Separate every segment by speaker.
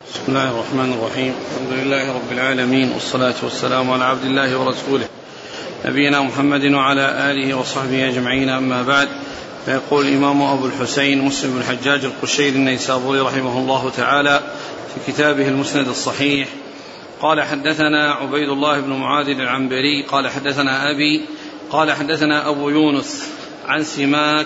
Speaker 1: بسم الله الرحمن الرحيم. الحمد لله رب العالمين، والصلاة والسلام على عبد الله ورسوله نبينا محمد وعلى آله وصحبه أجمعين، أما بعد. فيقول الإمام أبو الحسين مسلم بن الحجاج القشيري النيسابوري رحمه الله تعالى في كتابه المسند الصحيح: قال حدثنا عبيد الله بن معاذ العنبري قال حدثنا أبي قال حدثنا أبو يونس عن سماك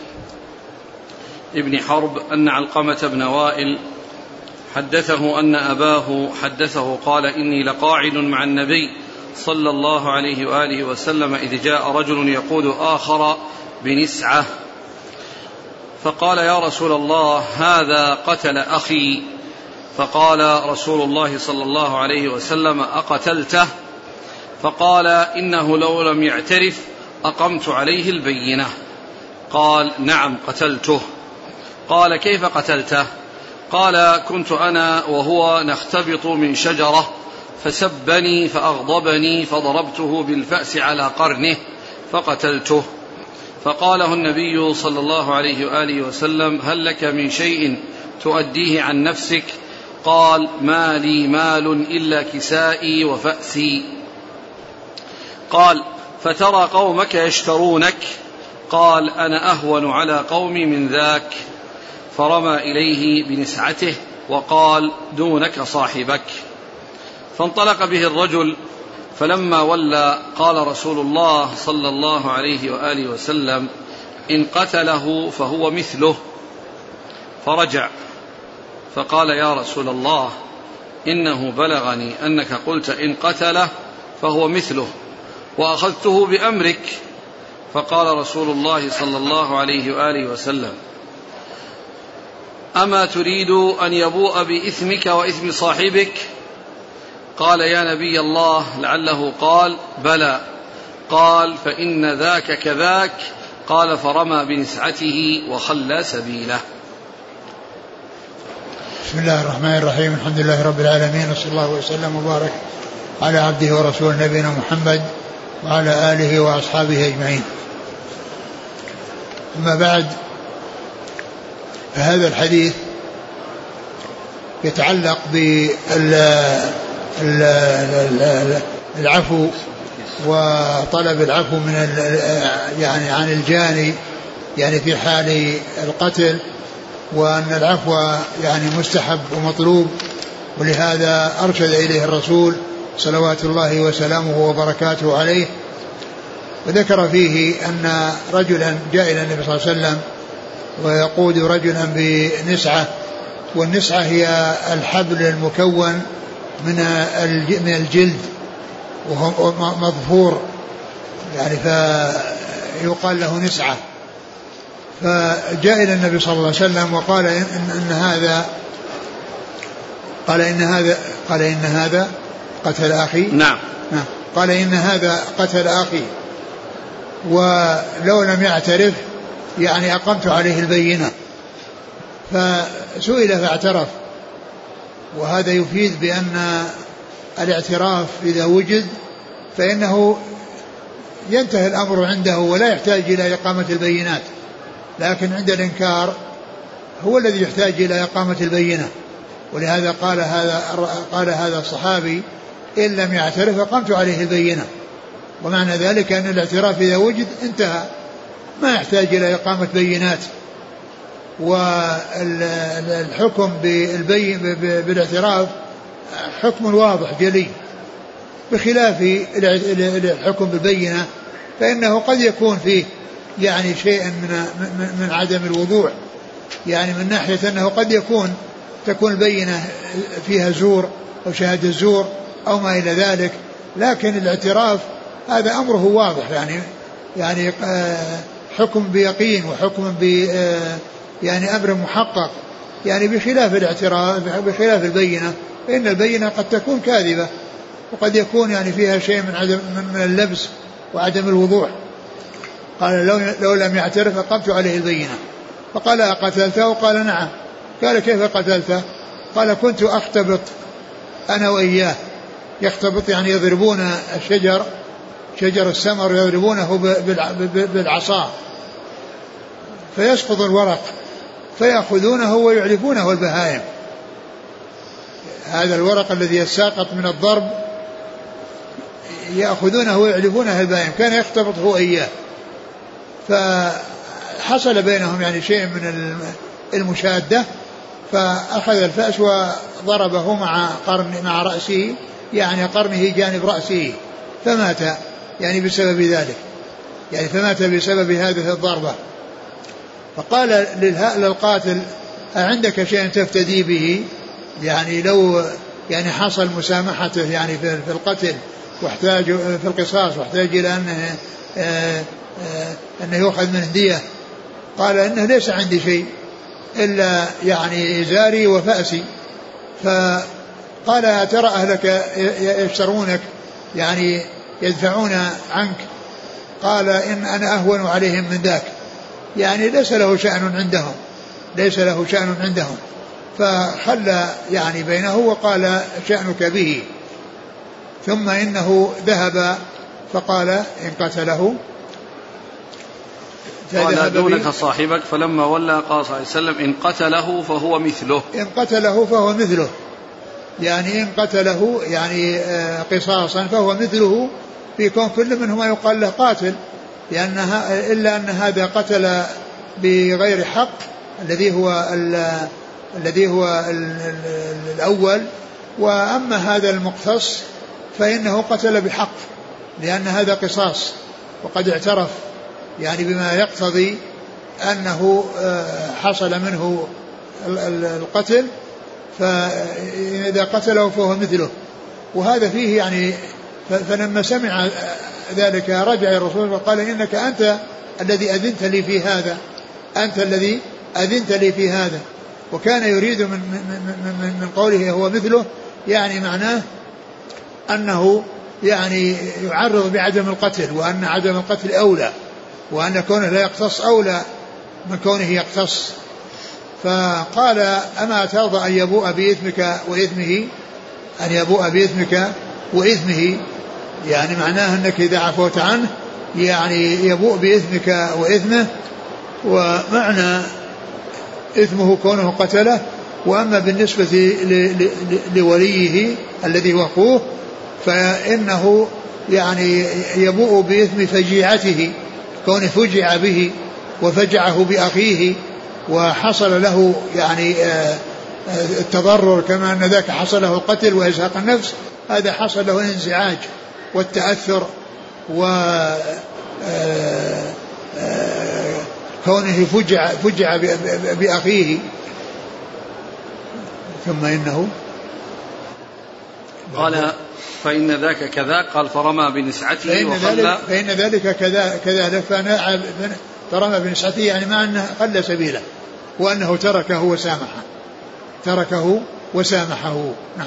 Speaker 1: ابن حرب أن علقمة بن وائل حدثه أن أباه حدثه قال: إني لقاعد مع النبي صلى الله عليه وآله وسلم إذ جاء رجل يقود آخر بنسعة، فقال: يا رسول الله، هذا قتل أخي. فقال رسول الله صلى الله عليه وسلم: أقتلته؟ فقال: إنه لو لم يعترف أقمت عليه البينة. قال: نعم قتلته. قال: كيف قتلته؟ قال: كنت أنا وهو نختبط من شجرة فسبني فأغضبني فضربته بالفأس على قرنه فقتلته. فقاله النبي صلى الله عليه وآله وسلم: هل لك من شيء تؤديه عن نفسك؟ قال: ما لي مال إلا كسائي وفأسي. قال: فترى قومك يشترونك؟ قال: أنا أهون على قومي من ذاك. فرمى إليه بنسعته وقال: دونك صاحبك. فانطلق به الرجل، فلما ولى قال رسول الله صلى الله عليه وآله وسلم: إن قتله فهو مثله. فرجع فقال: يا رسول الله، إنه بلغني أنك قلت إن قتله فهو مثله، وأخذته بأمرك. فقال رسول الله صلى الله عليه وآله وسلم: أما تريد أن يبوء بإثمك وإثم صاحبك؟ قال: يا نبي الله، لعله قال بلى. قال: فإن ذاك كذاك. قال: فرمى بنسعته وخلى سبيله.
Speaker 2: بسم الله الرحمن الرحيم. الحمد لله رب العالمين، وصلى الله وسلم وبارك على عبده ورسوله نبينا محمد وعلى آله وأصحابه أجمعين. أما بعد، فهذا الحديث يتعلق بالعفو وطلب العفو من يعني عن الجاني، يعني في حال القتل، وأن العفو يعني مستحب ومطلوب، ولهذا أرشد إليه الرسول صلوات الله وسلامه وبركاته عليه. وذكر فيه أن رجلا جاء إلى النبي صلى الله عليه وسلم ويقود رجلا بنسعة، والنسعة هي الحبل المكون من الجلد وهو مظفور، يعني فيقال له نسعة. فجاء إلى النبي صلى الله عليه وسلم وقال إن هذا قتل أخي.
Speaker 1: نعم.
Speaker 2: قال: إن هذا قتل أخي، ولو لم يعترف يعني أقمت عليه البينة. فسئل فاعترف، وهذا يفيد بأن الاعتراف إذا وجد فإنه ينتهي الأمر عنده ولا يحتاج إلى إقامة البينات، لكن عند الإنكار هو الذي يحتاج إلى إقامة البينة. ولهذا قال هذا الصحابي: إن لم يعترف أقمت عليه البينة. ومعنى ذلك أن الاعتراف إذا وجد انتهى، ما يحتاج إلى إقامة بينات. والحكم بالاعتراف حكم واضح جلي، بخلاف الحكم بالبينة فإنه قد يكون فيه يعني شيء من عدم الوضوح، يعني من ناحية أنه قد تكون البينة فيها زور أو شهادة زور أو ما إلى ذلك، لكن الاعتراف هذا أمره واضح، يعني حكم بيقين وحكم يعني أمر محقق، يعني بخلاف الاعتراف بخلاف البينة، فإن البينة قد تكون كاذبة وقد يكون يعني فيها شيء من اللبس وعدم الوضوح. قال: لو لم يعترف أقمت عليه البينة. فقال: أقتلته؟ قال: نعم. قال: كيف قتلته؟ قال: كنت أختبط أنا وإياه. يختبط يعني يضربون الشجر، شجر السمر، يضربونه بالعصا فيسقط الورق فيأخذونه ويعلفونه البهائم. هذا الورق الذي يساقط من الضرب يأخذونه ويعلفونه البائن، كان يختبطه إياه، فحصل بينهم يعني شيء من المشادة، فأخذ الفأس وضربه مع رأسه، يعني قرنه جانب رأسه، فمات يعني بسبب ذلك، يعني فمات بسبب هذه الضربة. فقال للقاتل أعندك شيء تفتدي به؟ يعني لو يعني حصل مسامحته يعني في القتل واحتاج في القصاص واحتاج إلى أنه يؤخذ منه دية. قال إنه ليس عندي شيء إلا يعني إزاري وفأسي. فقال ترى أهلك يشترونك يعني يدفعون عنك؟ قال إن أنا أهون عليهم من ذاك، يعني ليس له شأن عندهم، فخلى يعني بينه وقال شأنك به. ثم إنه ذهب فقال إن قتله
Speaker 1: قال دونك صاحبك، فلما ولى قال صلى الله عليه وسلم إن قتله فهو مثله، يعني إن قتله يعني قصاصا فهو مثله في كون كل منهما يقال له قاتل، إلا أن هذا قتل بغير حق الذي هو الأول، وأما هذا المقتص فإنه قتل بحق، لأن هذا قصاص وقد اعترف يعني بما يقتضي أنه حصل منه القتل، فإذا قتله فهو مثله. وهذا فيه يعني فلما سمع ذلك رجع الرسول وقال إنك أنت الذي أذنت لي في هذا. وكان يريد من قوله هو مثله يعني معناه أنه يعني يعرض بعدم القتل، وأن عدم القتل أولى، وأن كونه لا يقتص أولى من كونه يقتص. فقال أما ترضى أن يبوء بإثمك وإثمه، يعني معناه أنك إذا عفوت عنه يعني يبوء بإثمك وإثمه، ومعنى إثمه كونه قتله. وأما بالنسبة لوليه الذي هو أخوه فإنه يعني يبوء بإثم فجيعته، كونه فجع به وفجعه بأخيه وحصل له يعني التضرر، كما أن ذاك حصل له القتل وإزهاق النفس، هذا حصل له الانزعاج والتأثر كونه فجع بأخيه. ثم إنه قال فإن ذاك كذا، قال فرمى بنسعته وخلى،
Speaker 2: فإن ذلك كذلك فرمى بنسعته، يعني مع أنه خلى سبيله وأنه تركه وسامحه. نعم.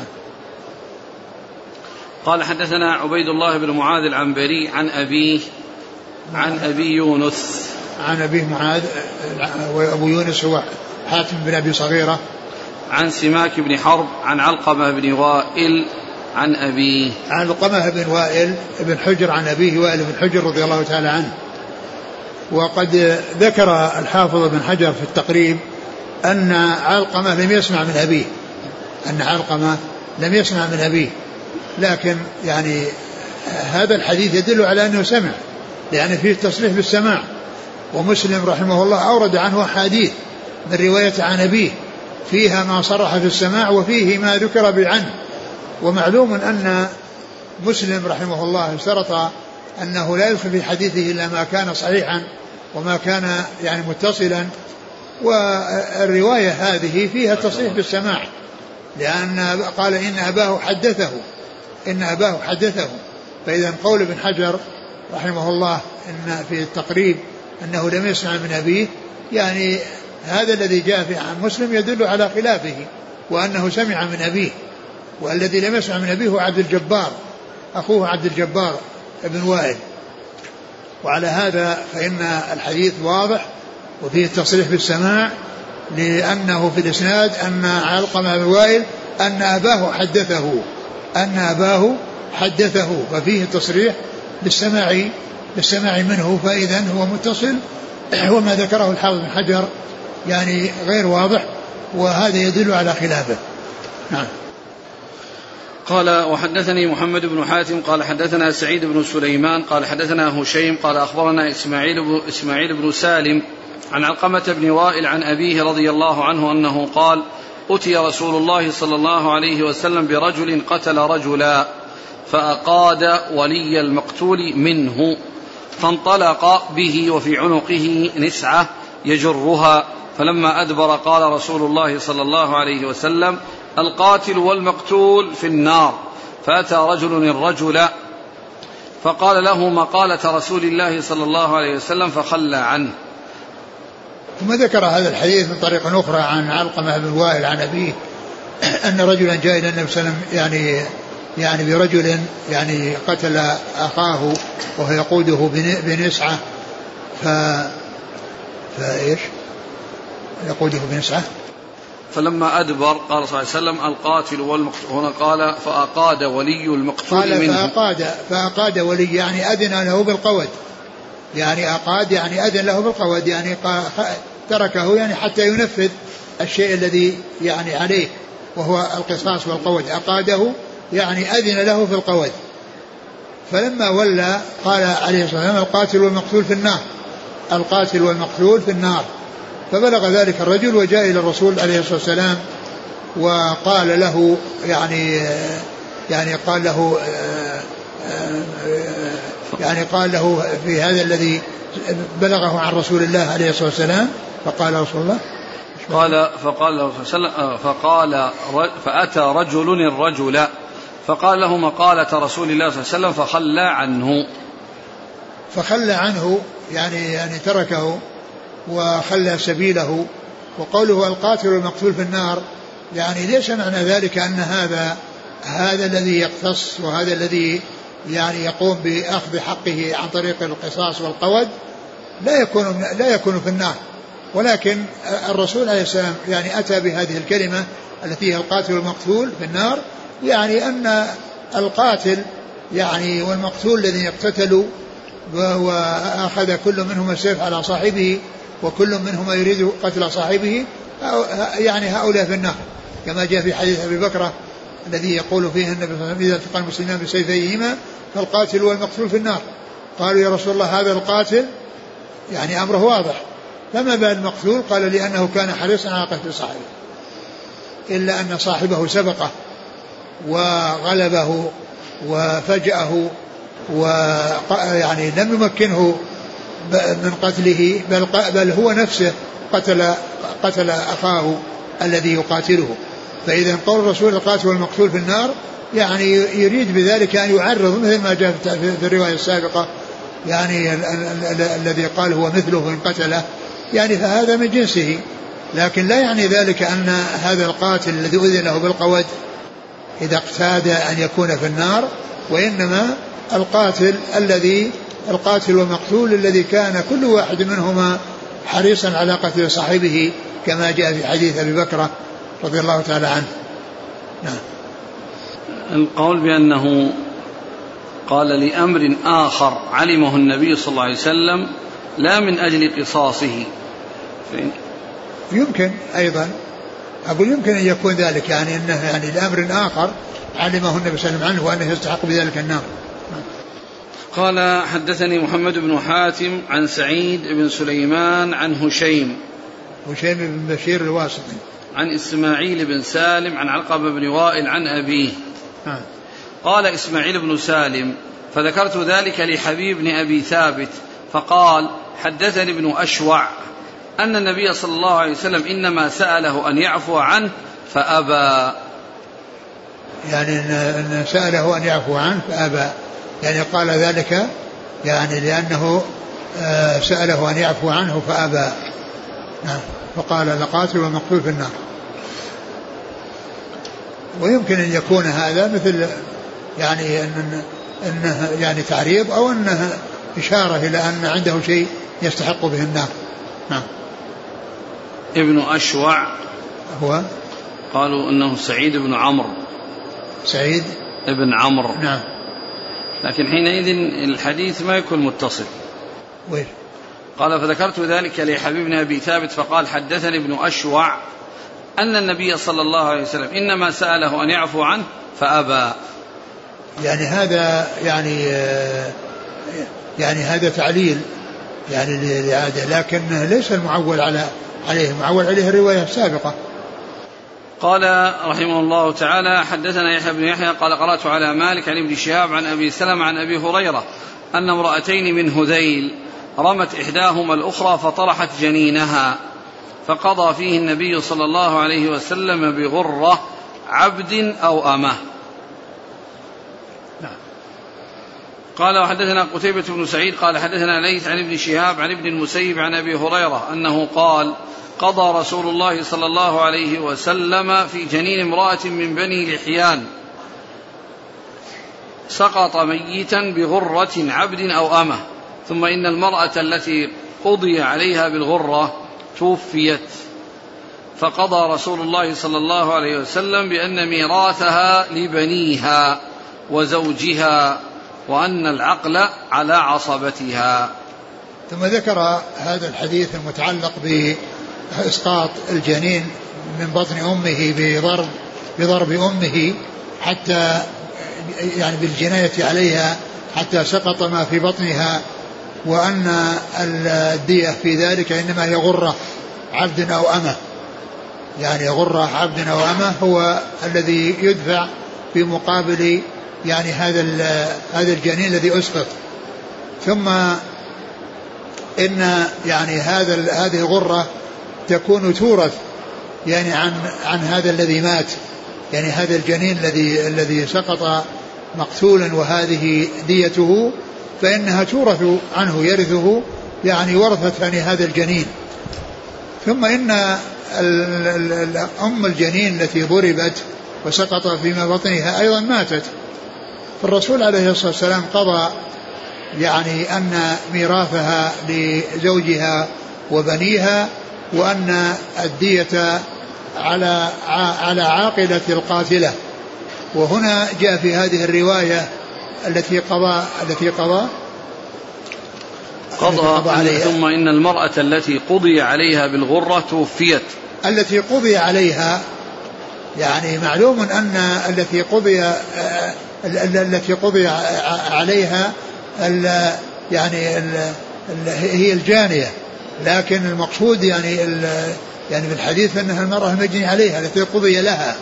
Speaker 1: قال حدثنا عبيد الله بن معاذ العنبري عن أبي يونس،
Speaker 2: عن أبي معاذ، وأبو يونس هو حاتم بن أبي صغيرة،
Speaker 1: عن سماك بن حرب عن علقمة بن وائل عن أبيه،
Speaker 2: عن علقمة بن وائل بن حجر عن أبيه وائل بن حجر رضي الله تعالى عنه. وقد ذكر الحافظ بن حجر في التقريب أن علقمة لم يسمع من أبيه، لكن يعني هذا الحديث يدل على أنه سمع، لأن فيه تصريح بالسماع. ومسلم رحمه الله أورد عنه أحاديث من رواية عن أبيه فيها ما صرح في السماع وفيه ما ذكر بالعنه. ومعلوم أن مسلم رحمه الله اشترط أنه لا يدخل في حديثه إلا ما كان صحيحا وما كان يعني متصلا، والرواية هذه فيها تصريح بالسماع، لأن قال إن أباه حدثه. فإذا قول ابن حجر رحمه الله إن في التقريب أنه لم يسمع من أبيه، يعني هذا الذي جاء في عن مسلم يدل على خلافه، وأنه سمع من أبيه. والذي لم يسمع من أبيه هو عبد الجبار، أخوه عبد الجبار ابن وائل. وعلى هذا فإن الحديث واضح وفيه التصريح بالسماع، لأنه في الإسناد أن علقمة بن وائل أن أباه حدثه، ففيه تصريح بالسماع منه، فإذا هو متصل. وما ذكره الحافظ بن حجر يعني غير واضح، وهذا يدل على خلافه. نعم.
Speaker 1: قال وحدثني محمد بن حاتم قال حدثنا سعيد بن سليمان قال حدثنا هشيم قال أخبرنا إسماعيل بن سالم عن علقمة بن وائل عن أبيه رضي الله عنه أنه قال أتي رسول الله صلى الله عليه وسلم برجل قتل رجلا فأقاد ولي المقتول منه فانطلق به وفي عنقه نسعة يجرها فلما أدبر قال رسول الله صلى الله عليه وسلم القاتل والمقتول في النار فأتى رجل الرجل فقال له مقالة رسول الله صلى الله عليه وسلم فخلى عنه.
Speaker 2: ثم ذكر هذا الحديث من طريق أخرى عن علقمة بن وائل عن أبيه أن رجلا جاء إلى النبي صلى الله عليه وسلم يعني برجل يعني قتل أخاه وهو يقوده بنسعة فإيش يقوده بنسعة
Speaker 1: فلما أدبر قال صلى الله عليه وسلم القاتل والمقتول هنا قال فأقاد ولي المقتول منه
Speaker 2: فأقاد ولي يعني أذن له بالقود يعني أقاد يعني أذن له بالقود يعني تركه يعني حتى ينفذ الشيء الذي يعني عليه وهو القصاص والقود أقاده يعني أذن له في القود. فلما ولى قال عليه الصلاة والسلام القاتل والمقتول في النار القاتل والمقتول في النار. فبلغ ذلك الرجل وجاء إلى الرسول عليه الصلاة والسلام وقال له قال له في هذا الذي بلغه عن رسول الله عليه الصلاة والسلام. فقال رسول الله
Speaker 1: فأتى رجل الرجل فقال له مقالة رسول الله صلى الله عليه وسلم فخلى عنه يعني تركه وخلى سبيله. وقوله القاتل والمقتول في النار يعني ليس معنى ذلك أن هذا الذي يقتص وهذا الذي يعني يقوم بأخذ حقه عن طريق القصاص والقود لا يكون في النار. ولكن الرسول عليه السلام يعني أتى بهذه الكلمة التي هي القاتل والمقتول في النار يعني أن القاتل يعني والمقتول الذين اقتتلوا وأخذ كل منهما السيف على صاحبه وكل منهما يريد قتل صاحبه يعني هؤلاء في النار كما جاء في حديث أبي بكر الذي يقول فيه النبي صلى الله عليه وسلم إذا التقى المسلمان بسيفيهما فالقاتل والمقتول في النار. قالوا يا رسول الله هذا القاتل يعني أمره واضح فما بال المقتول؟ قال لأنه كان حريصا على قتل صاحبه إلا أن صاحبه سبقه وغلبه وفجأه ويعني لم يمكنه من قتله بل هو نفسه قتل أخاه الذي يقاتله. فإذا قول الرسول القاتل والمقتول في النار يعني يريد بذلك أن يعرض مثل ما جاء في الرواية السابقة يعني الذي قال هو مثله إن قتله يعني فهذا من جنسه. لكن لا يعني ذلك أن هذا القاتل الذي أذن له بالقود إذا اقتاد أن يكون في النار وإنما القاتل والمقتول الذي كان كل واحد منهما حريصا على قتل صاحبه كما جاء في حديث أبي بكر رضي الله تعالى عنه. نعم. القول بأنه قال لأمر آخر علمه النبي صلى الله عليه وسلم لا من أجل قصاصه
Speaker 2: يمكن أيضا أقول يمكن أن يكون ذلك يعني أنه يعني لأمر آخر علمه النبي صلى الله عليه وسلم عنه وأنه يستحق بذلك النار.
Speaker 1: قال حدثني محمد بن حاتم عن سعيد بن سليمان عن هشيم
Speaker 2: بن بشير الواسطي
Speaker 1: عن إسماعيل بن سالم عن علقمة بن وائل عن أبيه. قال إسماعيل بن سالم فذكرت ذلك لحبيب بن أبي ثابت فقال حدثني ابن أشوع أن النبي صلى الله عليه وسلم إنما سأله أن يعفو عنه فأبى
Speaker 2: يعني أن سأله أن يعفو عنه فأبى يعني قال ذلك يعني لأنه سأله أن يعفو عنه فأبى. فقال القاتل والمقتول في النار. ويمكن أن يكون هذا مثل يعني أنه يعني تعريض أو أنه إشارة إلى أن عنده شيء يستحق به النار. نعم.
Speaker 1: ابن أشوع
Speaker 2: هو
Speaker 1: قالوا أنه سعيد بن عمرو
Speaker 2: سعيد
Speaker 1: ابن عمرو.
Speaker 2: نعم.
Speaker 1: لكن حينئذ الحديث ما يكون متصل.
Speaker 2: وين؟
Speaker 1: قال فذكرت ذلك لحبيب بن أبي ثابت فقال حدثني ابن أشوع أن النبي صلى الله عليه وسلم إنما سأله أن يعفو عنه فأبى.
Speaker 2: يعني هذا يعني هذا تعليل يعني للإعادة، لكن ليس المعول عليه، المعول عليه الرواية السابقة.
Speaker 1: قال رحمه الله تعالى: حدثنا يحيى بن يحيى قال قرأت على مالك عن ابن شهاب عن أبي سلمة عن أبي هريرة أن امرأتين من هذيل رمت إحداهما الأخرى فطرحت جنينها، فقضى فيه النبي صلى الله عليه وسلم بغرة عبد أو أمه. قال: وحدثنا قتيبة بن سعيد قال حدثنا ليث عن ابن شهاب عن ابن المسيب عن أبي هريرة أنه قال: قضى رسول الله صلى الله عليه وسلم في جنين امرأة من بني لحيان سقط ميتا بغرة عبد أو أمه، ثم إن المرأة التي قضي عليها بالغرة توفيت، فقضى رسول الله صلى الله عليه وسلم بأن ميراثها لبنيها وزوجها وأن العقل على عصبتها.
Speaker 2: ثم ذكر هذا الحديث المتعلق بإسقاط الجنين من بطن أمه بضرب أمه حتى يعني بالجناية عليها حتى سقط ما في بطنها، وأن الدية في ذلك إنما هي غرة عبد أو أمه، يعني غرة عبد أو أمه هو الذي يدفع في مقابل يعني هذا الجنين الذي أسقط. ثم إن يعني هذه غرة تكون تورث يعني عن هذا الذي مات، يعني هذا الجنين الذي سقط مقتولا وهذه ديته، فإنها تورث عنه، يرثه يعني ورثة يعني هذا الجنين. ثم إن أم الجنين التي ضربت وسقط فيما بطنها أيضا ماتت، فالرسول عليه الصلاة والسلام قضى يعني أن ميراثها لزوجها وبنيها، وأن الدية على عاقلة القاتلة. وهنا جاء في هذه الرواية التي قضى
Speaker 1: عليها، ثم إن المرأة التي قضي عليها بالغرة توفيت. التي
Speaker 2: قضي عليها يعني معلوم أن التي قضي عليها يعني هي الجانية، لكن المقصود يعني في الحديث أنها المرأة المجني عليها التي قضي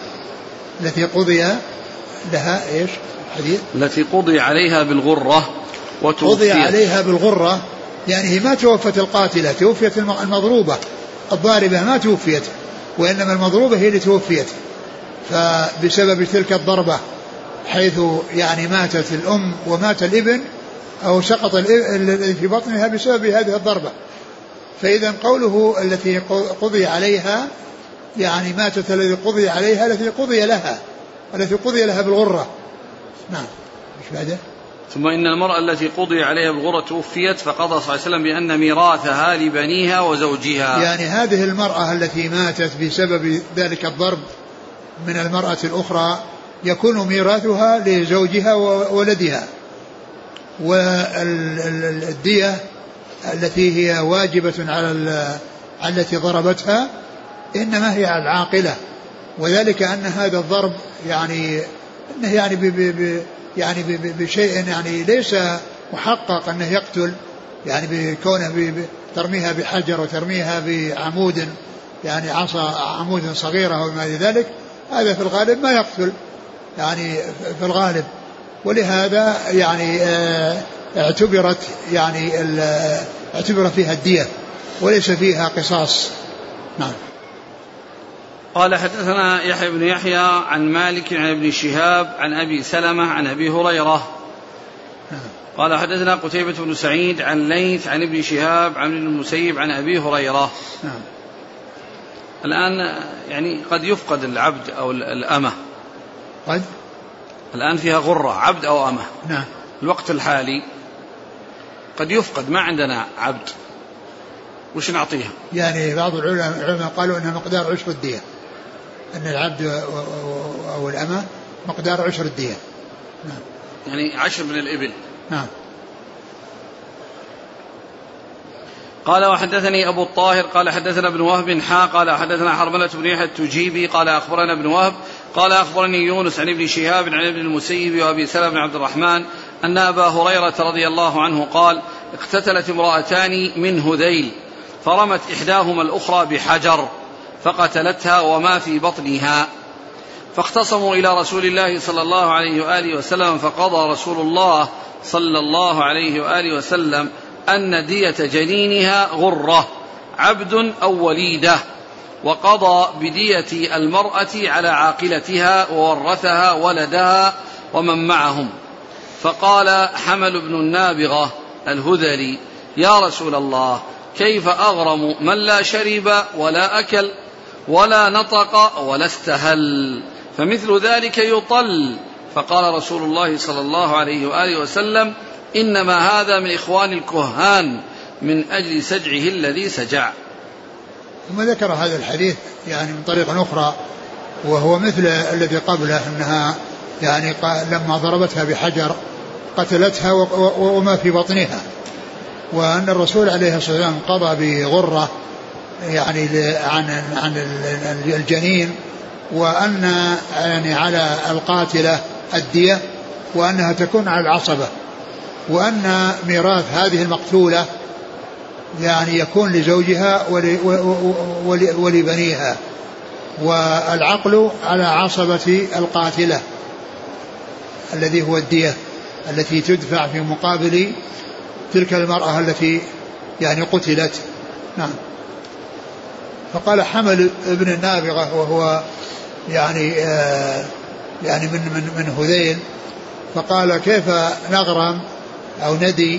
Speaker 2: لها إيش الحديث؟
Speaker 1: التي قضي عليها بالغرة وتوفيت.
Speaker 2: قضي عليها بالغرة يعني هي ما توفت القاتلة، توفيت المضروبة، الضاربة ما توفيت، وإنما المضروبة هي اللي توفيت، فبسبب تلك الضربة حيث يعني ماتت الأم ومات الابن أو سقط الذي في بطنها بسبب هذه الضربة. فإذا قوله التي قضي عليها يعني ماتت الذي قضي عليها التي قضي لها بالغرة. نعم. مش بعده؟
Speaker 1: ثم إن المرأة التي قضي عليها بالغرة توفيت، فقضى صلى الله عليه وسلم بأن ميراثها لبنيها وزوجها.
Speaker 2: يعني هذه المرأة التي ماتت بسبب ذلك الضرب من المرأة الأخرى يكون ميراثها لزوجها وولدها، والدية التي هي واجبة على التي ضربتها إنما هي على العاقلة، وذلك أن هذا الضرب يعني بشيء يعني ليس محقق أنه يقتل، يعني بكونه ترميها بحجر وترميها بعمود يعني عمود صغيرة وما ذلك، هذا في الغالب ما يقتل يعني في الغالب، ولهذا يعني اعتبر فيها الدية وليس فيها قصاص. نعم.
Speaker 1: قال: حدثنا يحيى بن يحيى عن مالك عن ابن شهاب عن أبي سلمة عن أبي هريرة. قال: حدثنا قتيبة بن سعيد عن ليث عن ابن شهاب عن ابن المسيب عن أبي هريرة. الآن يعني قد يفقد العبد أو الأمة، الآن فيها غرة عبد أو أمة.
Speaker 2: نعم.
Speaker 1: الوقت الحالي قد يفقد، ما عندنا عبد، وش نعطيها؟
Speaker 2: يعني بعض العلماء قالوا أنها مقدار عشر الدية، أن العبد أو الأمة مقدار عشر الدية.
Speaker 1: نعم. يعني 10 من الإبل.
Speaker 2: نعم.
Speaker 1: قال وحدثني أبو الطاهر قال حدثنا ابن وهب قال حدثنا حرملة بن يحيى التجيبي قال أخبرنا ابن وهب قال أخبرني يونس عن ابن شهاب عن ابن المسيب وأبي سلمة بن عبد الرحمن أن أبا هريرة رضي الله عنه قال اقتتلت امرأتان من هذيل فرمت إحداهما الأخرى بحجر فقتلتها وما في بطنها، فاختصموا إلى رسول الله صلى الله عليه وآله وسلم، فقضى رسول الله صلى الله عليه وآله وسلم أن دية جنينها غرة عبد أو وليدة، وقضى بدية المرأة على عاقلتها وورثها ولدها ومن معهم. فقال حمل بن النابغة الهذلي يا رسول الله كيف أغرم من لا شرب ولا أكل ولا نطق ولا استهل، فمثل ذلك يطل. فقال رسول الله صلى الله عليه وآله وسلم إنما هذا من إخوان الكهان من أجل سجعه الذي سجع.
Speaker 2: ثم ذكر هذا الحديث يعني من طريق أخرى وهو مثل الذي قبله، أنها يعني لما ضربتها بحجر قتلتها وما في بطنها، وأن الرسول عليه الصلاة والسلام قضى بغرة يعني عن الجنين، وأن يعني على القاتلة الدية، وأنها تكون على العصبة، وأن ميراث هذه المقتولة يعني يكون لزوجها ولبنيها، والعقل على عصبة القاتلة الذي هو الدية التي تدفع في مقابل تلك المرأة التي يعني قتلت. نعم. فقال حمل ابن النابغة وهو يعني يعني من هذيل، فقال كيف نغرم أو ندي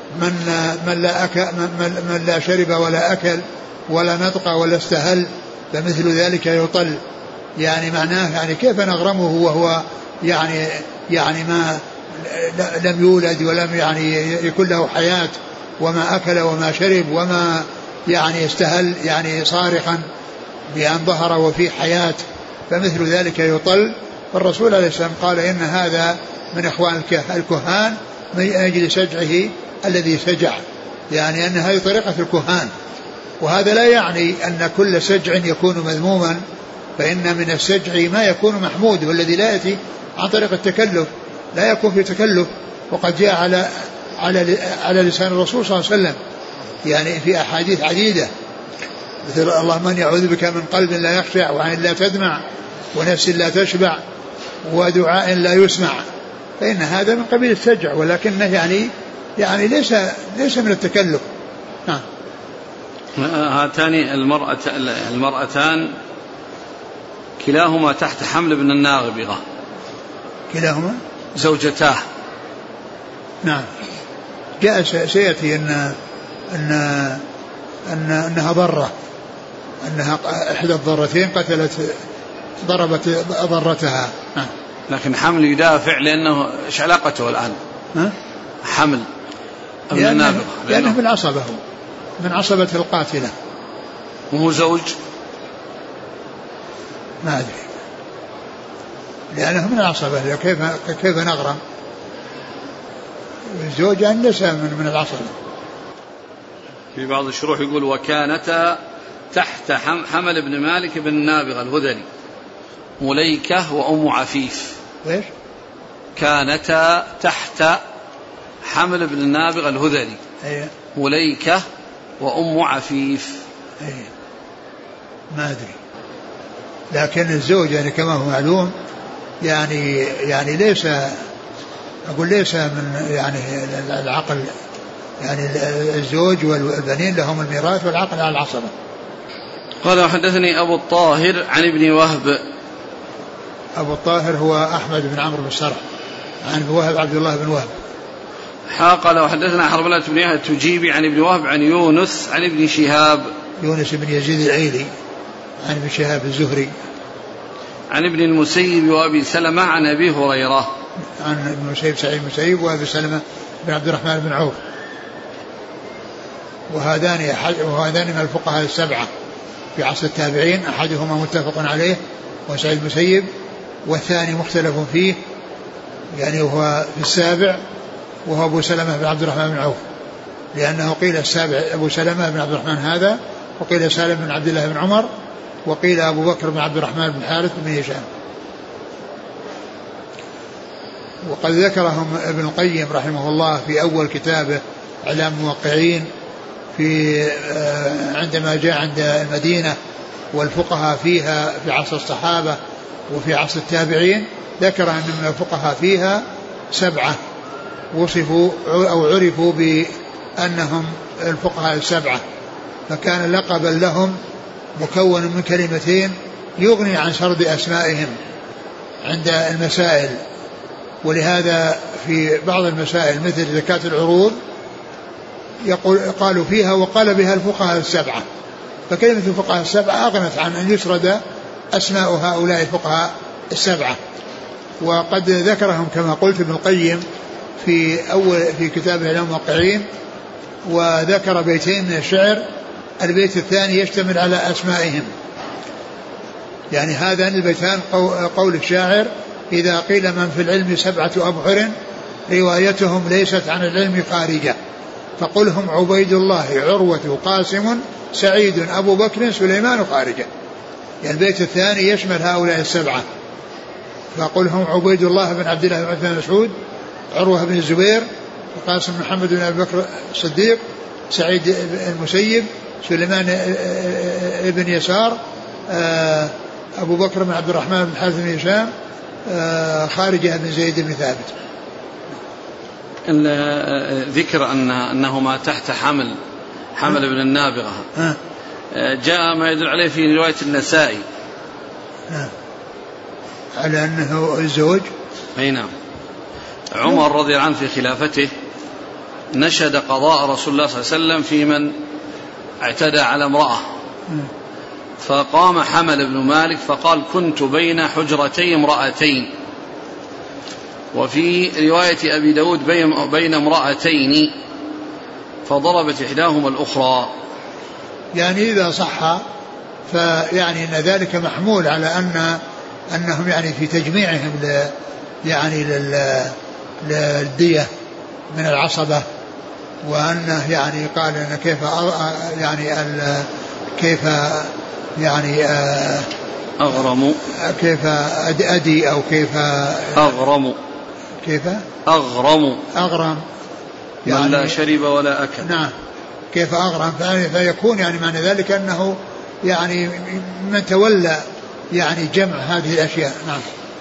Speaker 2: من لا شرب ولا أكل ولا نطق ولا استهل، فمثل ذلك يطل. يعني معناه يعني كيف نغرمه وهو يعني ما لم يولد ولم يعني يكون له حياة، وما أكل وما شرب وما يعني استهل يعني صارخا بأن ظهر وفي حياة، فمثل ذلك يطل. فالرسول عليه السلام قال إن هذا من إخوان الكهان من أجل سجعه الذي سجع، يعني أن هذه طريقة الكهان. وهذا لا يعني أن كل سجع يكون مذموما، فإن من السجع ما يكون محمود، والذي لا يأتي عن طريق التكلف لا يكون في تكلف. وقد جاء على لسان الرسول صلى الله عليه وسلم يعني في أحاديث عديدة، مثل اللهم إني أعوذ بك من قلب لا يخشع وعين لا تدمع ونفس لا تشبع ودعاء لا يسمع، فإن هذا من قبيل السجع، ولكنه يعني ليس من التكلف. نعم.
Speaker 1: هاتان المرأتان كلاهما تحت حمل ابن النابغة، كلاهما زوجتاه.
Speaker 2: نعم. جاء سيأتي أنها ضرة، أنها إحدى الضرتين ضربت ضرتها.
Speaker 1: لكن حمل يدافع لأنه إيش علاقته الآن؟ حمل ابن النابغة
Speaker 2: لأنه من عصبة القاتلة،
Speaker 1: وهو زوج
Speaker 2: ما أدري، لأنه من العصبة. كيف نغرم الزوج أن ليس من العصبة؟
Speaker 1: في بعض الشروح يقول وكانتا تحت حمل بن مالك بن النابغة الهذلي مليكة وأم عفيف.
Speaker 2: وإيش؟
Speaker 1: كانتا تحت حمل بن النابغة الهذلي مليكة وأم عفيف.
Speaker 2: ما أدري، لكن الزوج يعني كما هو معلوم يعني ليس من يعني العقل، يعني الزوج والبنين لهم الميراث والعقل على العصبة.
Speaker 1: قال وحدثني أبو الطاهر عن ابن وهب.
Speaker 2: أبو الطاهر هو أحمد بن عمرو بن سرح عن وهب عبد الله بن وهب.
Speaker 1: قال وحدثنا حرملة بن يحيى التجيبي عن ابن وهب عن يونس عن ابن شهاب،
Speaker 2: يونس بن يزيد العيلي عن ابن شهاب الزهري
Speaker 1: عن ابن المسيب وأبي سلمة عن أبي هريرة
Speaker 2: عن ابن المسيب سعيد المسيب وأبي سلمة بن عبد الرحمن بن عوف. وهذان من الفقهاء السبعة في عصر التابعين، أحدهما متفق عليه وسعيد المسيب، والثاني مختلف فيه يعني هو في السابع وهو أبو سلمة بن عبد الرحمن بن عوف. لأنه قيل السابع أبو سلمة بن عبد الرحمن هذا، وقيل سالم بن عبد الله بن عمر، وقيل أبو بكر بن عبد الرحمن بن الحارث بن هشام. وقد ذكرهم ابن القيم رحمه الله في أول كتابه إعلام الموقعين عندما جاء عند المدينة والفقهاء فيها في عصر الصحابة وفي عصر التابعين، ذكر أن من الفقهاء فيها 7 وصفوا أو عرفوا بأنهم الفقهاء 7، فكان لقبا لهم مكون من كلمتين يغني عن سرد أسمائهم عند المسائل. ولهذا في بعض المسائل مثل زكاة العروض قالوا فيها وقال بها الفقهاء 7، فكلمة الفقهاء 7 أغنت عن أن يسرد أسماء هؤلاء الفقهاء 7. وقد ذكرهم كما قلت ابن القيم في كتاب إعلام الموقعين، وذكر بيتين من الشعر، البيت الثاني يشتمل على أسمائهم، يعني هذان البيتان قول الشاعر: إذا قيل من في العلم 7 أبحر روايتهم ليست عن العلم خارجة، فقلهم عبيد الله عروة قاسم سعيد أبو بكر سليمان خارجة. يعني البيت الثاني يشمل هؤلاء 7، فقلهم عبيد الله بن عبد الله بن مسعود، عروة بن الزبير، وقاسم محمد بن أبي بكر الصديق، سعيد المسيب، سليمان ابن يسار، أبو بكر بن عبد الرحمن بن حارث بن هشام، خارجة بن زيد بن ثابت.
Speaker 1: ذكر أنهما تحت حمل بن النابغة، جاء ما يدل عليه في رواية النسائي
Speaker 2: على أنه الزوج.
Speaker 1: أي نعم. عمر رضي الله عنه في خلافته نشد قضاء رسول الله صلى الله عليه وسلم في من اعتدى على امرأة، فقام حمل بن مالك فقال: كنت بين حجرتي امرأتين. وفي رواية أبي داود بين امرأتين فضربت إحداهما الأخرى.
Speaker 2: يعني إذا صح فيعني أن ذلك محمول على أنهم يعني في تجميعهم يعني للدية من العصبة، وأنه يعني قال أن
Speaker 1: أغرم،
Speaker 2: كيف أدي أو كيف أغرم
Speaker 1: يعني من لا شرب ولا أكل.
Speaker 2: نعم، كيف أغرم، فيكون يعني معنى ذلك أنه يعني من تولى يعني جمع هذه الأشياء. نعم.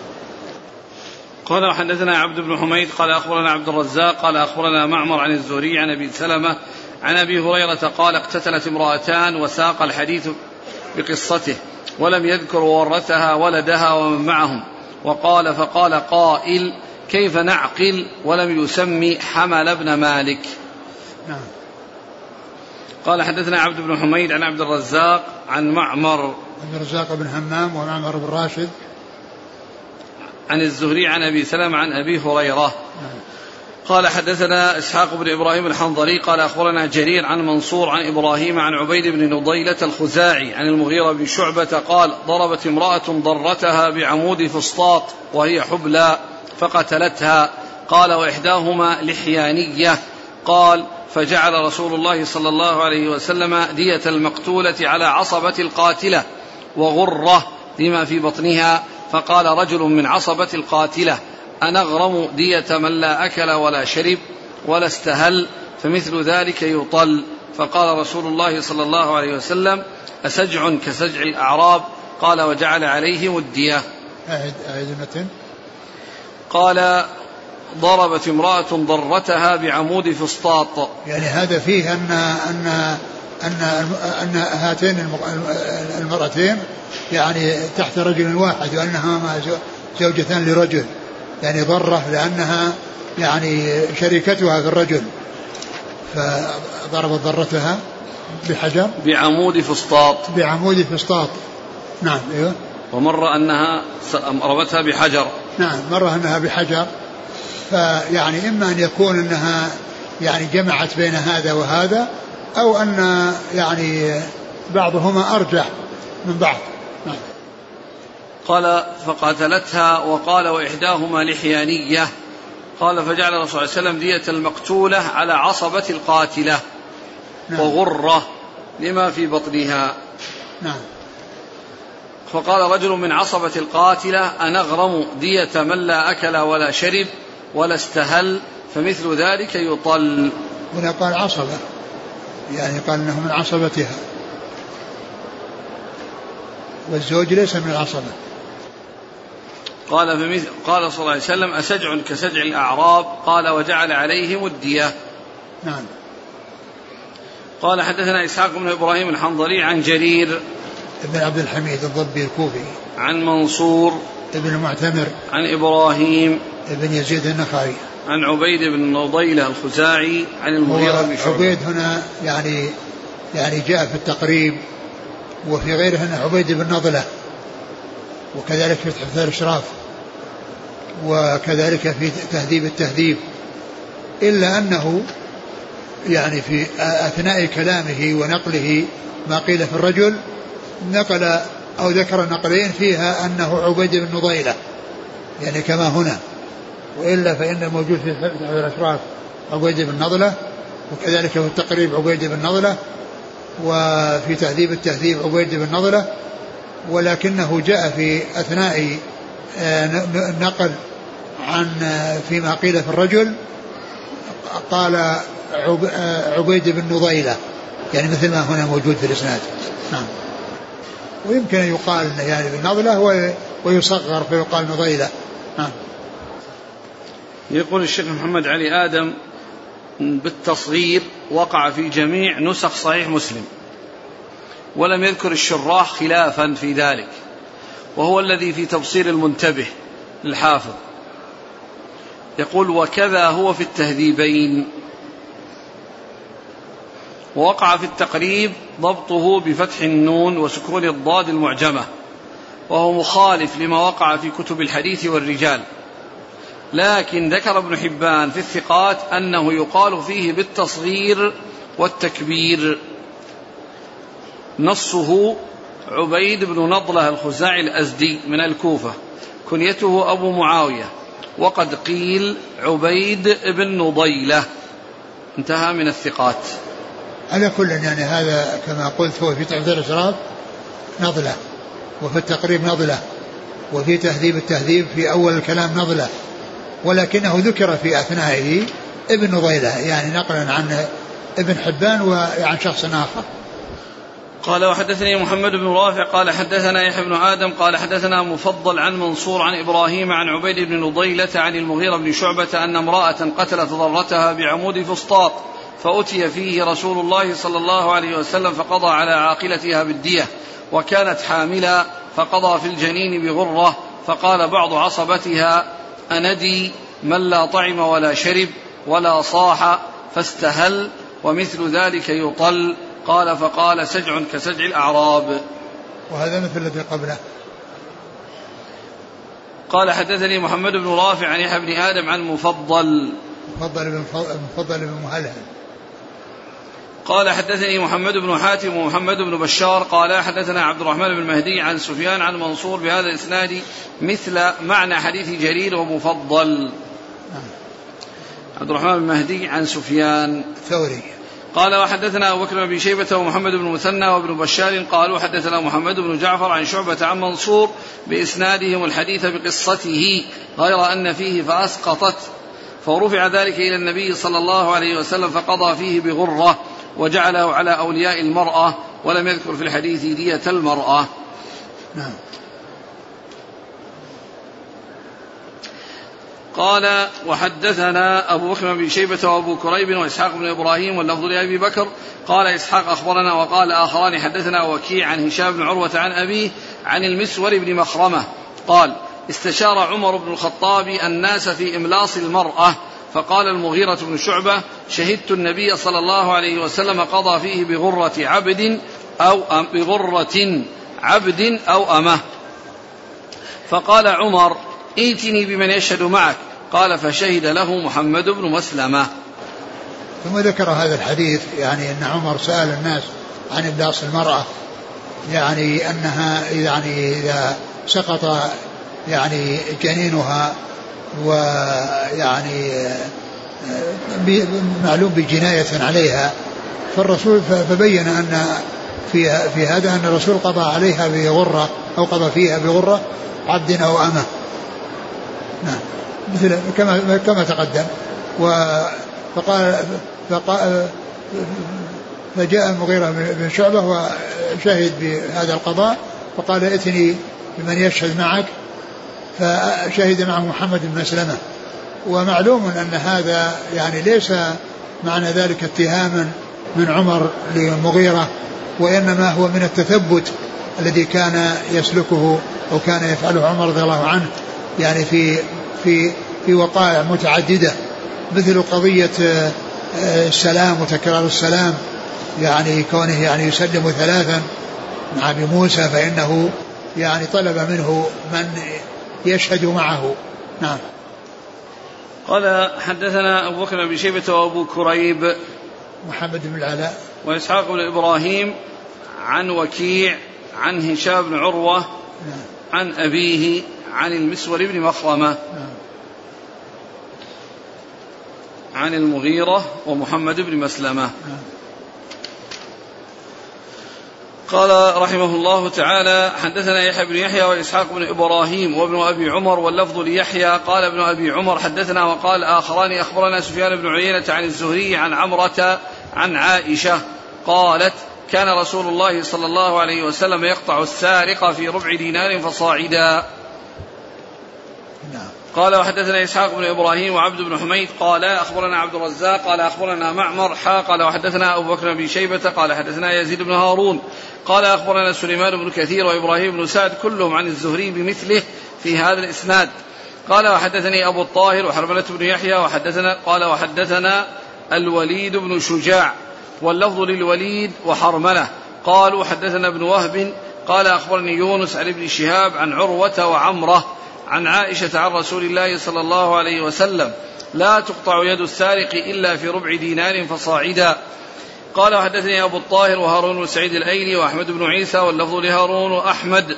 Speaker 1: قال: وحدثنا عبد بن حميد قال أخبرنا عبد الرزاق قال أخبرنا معمر عن الزهري عن أبي سلمة عن أبي هريرة قال: اقتتلت امرأتان، وساق الحديث بقصته ولم يذكر ورثها ولدها ومن معهم، فقال قائل: كيف نعقل، ولم يسمي حمل بن مالك.
Speaker 2: نعم.
Speaker 1: قال: حدثنا عبد بن حميد عن عبد الرزاق عن معمر،
Speaker 2: عبد الرزاق بن همام ومعمر بن راشد،
Speaker 1: عن الزهري عن أبي سلمة عن أبي هريرة. قال: حدثنا إسحاق بن إبراهيم الحنظلي قال أخبرنا جرير عن منصور عن إبراهيم عن عبيد بن نضيلة الخزاعي عن المغيرة بن شعبة قال: ضربت امرأة ضرتها بعمود فسطاط وهي حبلى فقتلتها. قال: وإحداهما لحيانية. قال: فجعل رسول الله صلى الله عليه وسلم دية المقتولة على عصبة القاتلة وغرة لما في بطنها. فقال رجل من عصبة القاتلة: أنغرم دية من لا أكل ولا شرب ولا استهل، فمثل ذلك يطل. فقال رسول الله صلى الله عليه وسلم: أسجع كسجع الأعراب؟ قال: وجعل عليهم الدية.
Speaker 2: قال:
Speaker 1: ضربت امرأة ضرتها بعمود فسطاط.
Speaker 2: يعني هذا فيه أن هاتين المرأتين يعني تحت رجل واحد، وأنها زوجتان لرجل، يعني ضرة لأنها يعني شركتها في الرجل، فضربت ضرتها بحجر بعمود فسطاط. نعم. أيوه.
Speaker 1: ومر أنها رمتها بحجر.
Speaker 2: نعم، مرة أنها بحجر. فيعني إما أن يكون أنها يعني جمعت بين هذا وهذا، أو أن يعني بعضهما أرجح من بعض. نعم.
Speaker 1: قال: فقاتلتها. وقال: وإحداهما لحيانية. قال فجعل الرسول صلى الله عليه وسلم دية المقتولة على عصبة القاتلة وغرة لما في بطنها.
Speaker 2: نعم.
Speaker 1: فقال رجل من عصبة القاتلة أنغرم دية من لا أكل ولا شرب ولا استهل فمثل ذلك يطل.
Speaker 2: هنا قال عصبة، يعني قال أنه من عصبتها، والزوج ليس من العصبة.
Speaker 1: قال صلى الله عليه وسلم أسجع كسجع الأعراب؟ قال وجعل عليهم الدية.
Speaker 2: نعم.
Speaker 1: قال حدثنا إسحاق بن إبراهيم الحنظلي عن جرير
Speaker 2: ابن عبد الحميد الضبي الكوفي
Speaker 1: عن منصور
Speaker 2: ابن المعتمر عن
Speaker 1: إبراهيم
Speaker 2: ابن يزيد النخعي
Speaker 1: عن عبيد بن نضيلة الخزاعي عن المغيرة بن شعبة.
Speaker 2: عبيد هنا يعني جاء في التقريب، وفي غيره هنا عبيد بن نضلة، وكذلك في تحفظ الإشراف، وكذلك في تهذيب التهذيب، إلا أنه يعني في أثناء كلامه ونقله ما قيل في الرجل نقل أو ذكر نقلين فيها أنه عبيد بن نضيلة، يعني كما هنا، وإلا فإن موجود في تحفظ الإشراف عبيد بن نضلة، وكذلك في التقريب عبيد بن نضلة، وفي تهذيب التهذيب عبيد بن نضلة، ولكنه جاء في أثناء نقل عن فيما قيل في الرجل قال عبيد بن نضيلة، يعني مثل ما هنا موجود في الإسناد. نعم. ويمكن أن يقال يعني بالنضلة ويصغر فيقال نضيلة. نعم.
Speaker 1: يقول الشيخ محمد علي آدم بالتصغير وقع في جميع نسخ صحيح مسلم، ولم يذكر الشراح خلافا في ذلك، وهو الذي في تبصير المنتبه للحافظ. يقول وكذا هو في التهذيبين، ووقع في التقريب ضبطه بفتح النون وسكون الضاد المعجمة، وهو مخالف لما وقع في كتب الحديث والرجال، لكن ذكر ابن حبان في الثقات أنه يقال فيه بالتصغير والتكبير. نصه عبيد بن نضلة الخزاعي الأزدي من الكوفة، كنيته أبو معاوية، وقد قيل عبيد بن نضيلة. انتهى من الثقات.
Speaker 2: على كل يعني هذا كما قلت هو في تحفظ الإشراف نضلة، وفي التقريب نضلة، وفي تهذيب التهذيب في أول الكلام نضلة، ولكنه ذكر في أثنائه ابن نضيلة، يعني نقلا عن ابن حبان وعن شخص آخر.
Speaker 1: قال وحدثني محمد بن رافع قال حدثنا يحيى بن آدم قال حدثنا مفضل عن منصور عن إبراهيم عن عبيد بن نضيلة عن المغيرة بن شعبة أن امرأة قتلت ضرتها بعمود فسطاط، فأتي فيه رسول الله صلى الله عليه وسلم فقضى على عاقلتها بالدية، وكانت حاملا، فقضى في الجنين بغرة، فقال بعض عصبتها أندي من لا طعم ولا شرب ولا صاح فاستهل ومثل ذلك يطل. قال فقال سجع كسجع الأعراب.
Speaker 2: وهذا مثل الذي قبله.
Speaker 1: قال حدثني محمد بن رافع عن يحيى بن آدم عن مفضل
Speaker 2: بن مهلهل
Speaker 1: قال حدثني محمد بن حاتم ومحمد بن بشار قال حدثنا عبد الرحمن بن مهدي عن سفيان عن منصور بهذا الإسناد مثل معنى حديث جرير ومفضل. عبد الرحمن بن مهدي عن سفيان
Speaker 2: الثوري
Speaker 1: قال وحدثنا أبو بكر بن شيبة ومحمد بن مثنى وابن بشار قالوا حدثنا محمد بن جعفر عن شعبة عن منصور بإسنادهم الحديث بقصته، غير أن فيه فأسقطت، فرفع ذلك إلى النبي صلى الله عليه وسلم فقضى فيه بغرة وجعله على أولياء المرأة، ولم يذكر في الحديث دية المرأة.
Speaker 2: نعم.
Speaker 1: قال وحدثنا أبو بكر بن شيبة وأبو كريب وإسحاق بن إبراهيم واللفظ لأبي بكر قال إسحاق أخبرنا، وقال آخران حدثنا وكيع عن هشام بن عروة عن أبيه عن المسور بن مخرمة قال استشار عمر بن الخطاب الناس في إملاص المرأة، فقال المغيرة بن شعبة شهدت النبي صلى الله عليه وسلم قضى فيه بغرة عبد أو أمه، فقال عمر ائتني بمن يشهد معك، قال فشهد له محمد بن مسلمة.
Speaker 2: ثم ذكر هذا الحديث يعني أن عمر سأل الناس عن إملاص المرأة، يعني أنها يعني إذا سقط يعني جنينها ويعني معلوم بجناية عليها، فالرسول فبين أن في هذا أن الرسول قضى عليها بغرة أو قضى فيها بغرة عبد أو أمة. نعم مثل كما تقدم. فجاء المغيرة بن شعبة وشهد بهذا القضاء فقال ائتني بمن يشهد معك، فشهد معه محمد بن مسلمة. ومعلوم أن هذا يعني ليس معنى ذلك اتهاما من عمر للمغيرة، وإنما هو من التثبت الذي كان يسلكه أو كان يفعله عمر رضي الله عنه يعني في وقائع متعددة، مثل قضية السلام وتكرار السلام، يعني كونه يعني يسلم ثلاثا مع أبي موسى، فإنه يعني طلب منه من يشهد معه. نعم.
Speaker 1: قال حدثنا أبو بكر بن شيبة وأبو كريب
Speaker 2: محمد بن العلاء
Speaker 1: وإسحاق بن إبراهيم عن وكيع عن هشام بن عروة
Speaker 2: نعم.
Speaker 1: عن أبيه عن المسور بن مخرمة
Speaker 2: نعم.
Speaker 1: عن المغيرة ومحمد بن مسلمة.
Speaker 2: نعم.
Speaker 1: قال رحمه الله تعالى حدثنا يحيى بن يحيى وإسحاق بن إبراهيم وابن أبي عمر واللفظ ليحيى قال ابن أبي عمر حدثنا وقال آخران أخبرنا سفيان بن عيينة عن الزهري عن عمرة عن عائشة قالت كان رسول الله صلى الله عليه وسلم يقطع السارق في ربع دينار فصاعدا. قال وحدثنا إسحاق بن إبراهيم وعبد بن حميد قال أخبرنا عبد الرزاق قال أخبرنا معمر قال وحدثنا أبو بكر بن شيبة قال حدثنا يزيد بن هارون قال أخبرنا سليمان بن كثير وإبراهيم بن سعد كلهم عن الزهري بمثله في هذا الإسناد. قال وحدثني أبو الطاهر وحرملة بن يحيى وحدثنا الوليد بن شجاع واللفظ للوليد وحرملة قالوا حدثنا ابن وهب قال أخبرني يونس عن ابن شهاب عن عروة وعمرة عن عائشة عن رسول الله صلى الله عليه وسلم لا تقطع يد السارق إلا في ربع دينار فصاعدا. قال وحدثني أبو الطاهر وهارون بن سعيد الأيلي وأحمد بن عيسى واللفظ لهارون وأحمد.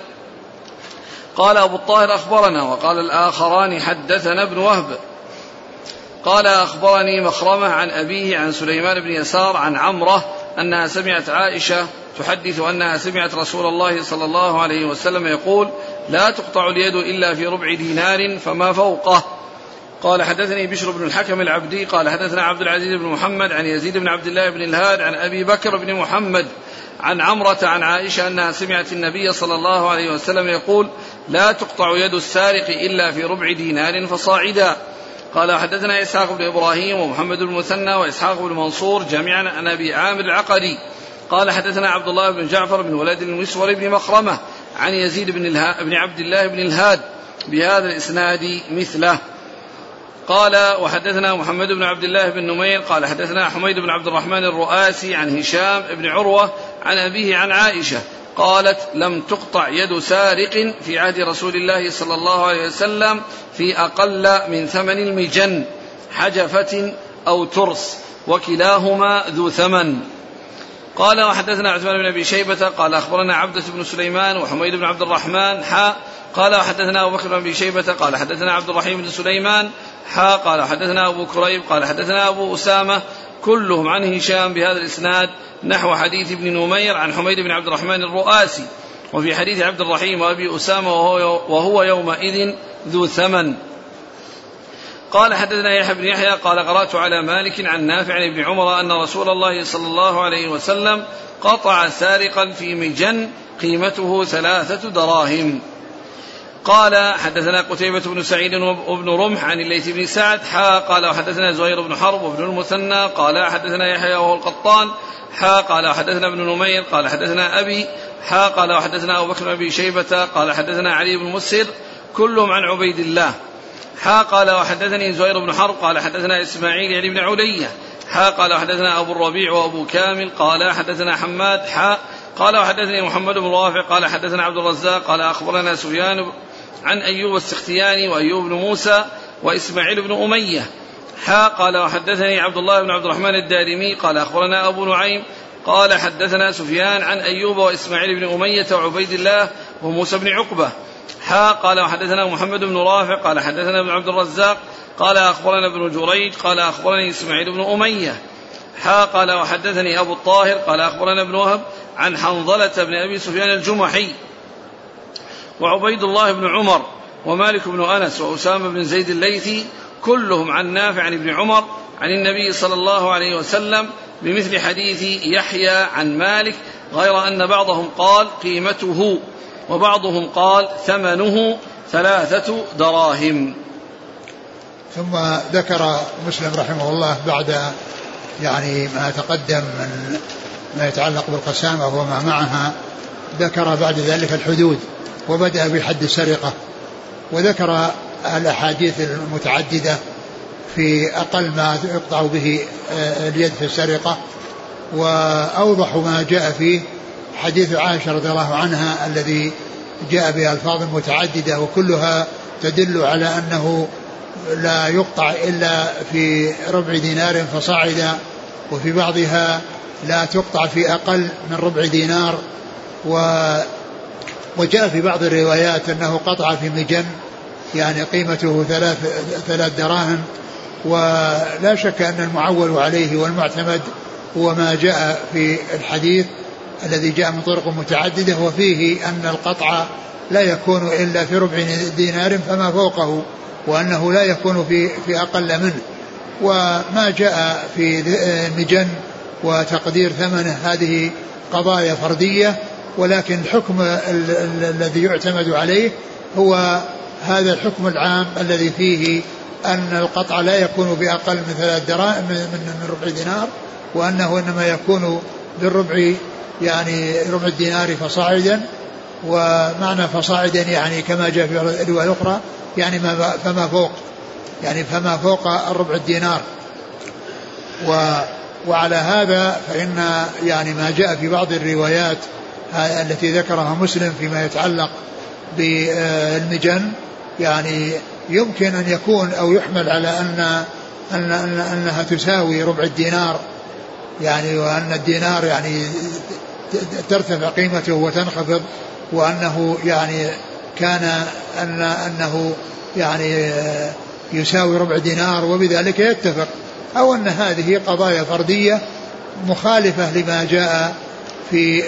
Speaker 1: قال أبو الطاهر أخبرنا وقال الآخران حدثنا ابن وهب قال أخبرني مخرمة عن أبيه عن سليمان بن يسار عن عمرة أنها سمعت عائشة تحدث أنها سمعت رسول الله صلى الله عليه وسلم يقول لا تقطع اليد إلا في ربع دينار فما فوقه. قال حدثني بشر بن الحكم العبدي قال حدثنا عبد العزيز بن محمد عن يزيد بن عبد الله بن الهاد عن أبي بكر بن محمد عن عمرة عن عائشة أنها سمعت النبي صلى الله عليه وسلم يقول لا تقطع يد السارق إلا في ربع دينار فصاعدا. قال حدثنا إسحاق بن إبراهيم ومحمد بن المثنى وإسحاق بن منصور جميعا عن أبي عامر العقدي قال حدثنا عبد الله بن جعفر بن ولد المسور بن مخرمة عن يزيد بن عبد الله بن الهاد بهذا الإسناد مثله. قال وحدثنا محمد بن عبد الله بن نمير قال حدثنا حميد بن عبد الرحمن الرؤاسي عن هشام بن عروة عن أبيه عن عائشة قالت لم تقطع يد سارق في عهد رسول الله صلى الله عليه وسلم في أقل من ثمن المجن حجفة أو ترس وكلاهما ذو ثمن. قال وحدثنا عثمان بن أبي شيبة قال أخبرنا عبدة بن سليمان وحميد بن عبد الرحمن قال وحدثنا أبو بكر بن أبي شيبة قال حدثنا عبد الرحيم بن سليمان قال حدثنا أبو كريب قال حدثنا أبو أسامة كلهم عن هشام بهذا الإسناد نحو حديث ابن نمير عن حميد بن عبد الرحمن الرؤاسي وفي حديث عبد الرحيم وأبي أسامة وهو يومئذ ذو ثمن. قال حدثنا يحيى بن يحيى قال قرأت على مالك عن نافع عن ابن عمر أن رسول الله صلى الله عليه وسلم قطع سارقا في مجن قيمته 3 دراهم. قال حدثنا قتيبة بن سعيد وابن رمح عن الليث بن سعد قال وحدثنا زهير بن حرب وابن المثنى قال حدثنا يحيى وهو القطان قال وحدثنا ابن نمير قال حدثنا أبي قال وحدثنا أبو بكر بن أبي شيبة قال حدثنا علي بن مسهر كلهم عن عبيد الله قال وحدثني زهير بن حرب قال حدثنا إسماعيل يعني بن علية قال وحدثنا أبو الربيع وأبو كامل قال حدثنا حماد قال وحدثني محمد بن رافع قال حدثنا عبد الرزاق قال أخبرنا سفيان عن أيوب السختياني وأيوب بن موسى وإسماعيل بن أمية قال وحدثني عبد الله بن عبد الرحمن الدارمي قال أخبرنا أبو نعيم قال حدثنا سفيان عن أيوب وإسماعيل بن أمية وعبيد الله وموسى بن عقبة قال وحدثنا محمد بن رافع قال حدثنا ابن عبد الرزاق قال أخبرنا ابن جريج قال أخبرني إسماعيل بن أمية قال وحدثني أبو الطاهر قال أخبرنا ابن وهب عن حنظلة بن أبي سفيان الجمحي وعبيد الله بن عمر ومالك بن أنس وأسامة بن زيد الليثي كلهم عن نافع عن ابن عمر عن النبي صلى الله عليه وسلم بمثل حديث يحيى عن مالك، غير أن بعضهم قال قيمته وبعضهم قال ثمنه 3 دراهم.
Speaker 2: ثم ذكر مسلم رحمه الله بعد يعني ما تقدم من ما يتعلق بالقسامة وما معها، ذكر بعد ذلك الحدود وبدأ بحد السرقة، وذكر الأحاديث المتعددة في أقل ما يقطع به اليد في السرقة، وأوضح ما جاء فيه حديث عائشة رضي الله عنها الذي جاء بألفاظ متعددة وكلها تدل على أنه لا يقطع إلا في ربع دينار فصاعدا، وفي بعضها لا تقطع في أقل من ربع دينار. وجاء في بعض الروايات أنه قطع في مجن يعني قيمته 3 دراهم. ولا شك أن المعول عليه والمعتمد هو ما جاء في الحديث الذي جاء من طرق متعددة، وفيه أن القطع لا يكون إلا في ربع دينار فما فوقه، وأنه لا يكون في أقل منه. وما جاء في مجن وتقدير ثمنه هذه قضايا فردية، ولكن الحكم الذي يعتمد عليه هو هذا الحكم العام الذي فيه أن القطع لا يكون بأقل من 3 دراهم من ربع دينار، وأنه إنما يكون بالربع يعني ربع الدينار فصاعدا. ومعنى فصاعدا يعني كما جاء في الرواية الأخرى يعني فما فوق، يعني فما فوق الربع الدينار. وعلى هذا فإن يعني ما جاء في بعض الروايات التي ذكرها مسلم فيما يتعلق بالمجن يعني يمكن أن يكون أو يحمل على أنها تساوي ربع الدينار، يعني وأن الدينار يعني ترتفع قيمته وتنخفض، وأنه يعني كان أنه يعني يساوي ربع دينار وبذلك يتفق، أو أن هذه قضايا فردية مخالفة لما جاء في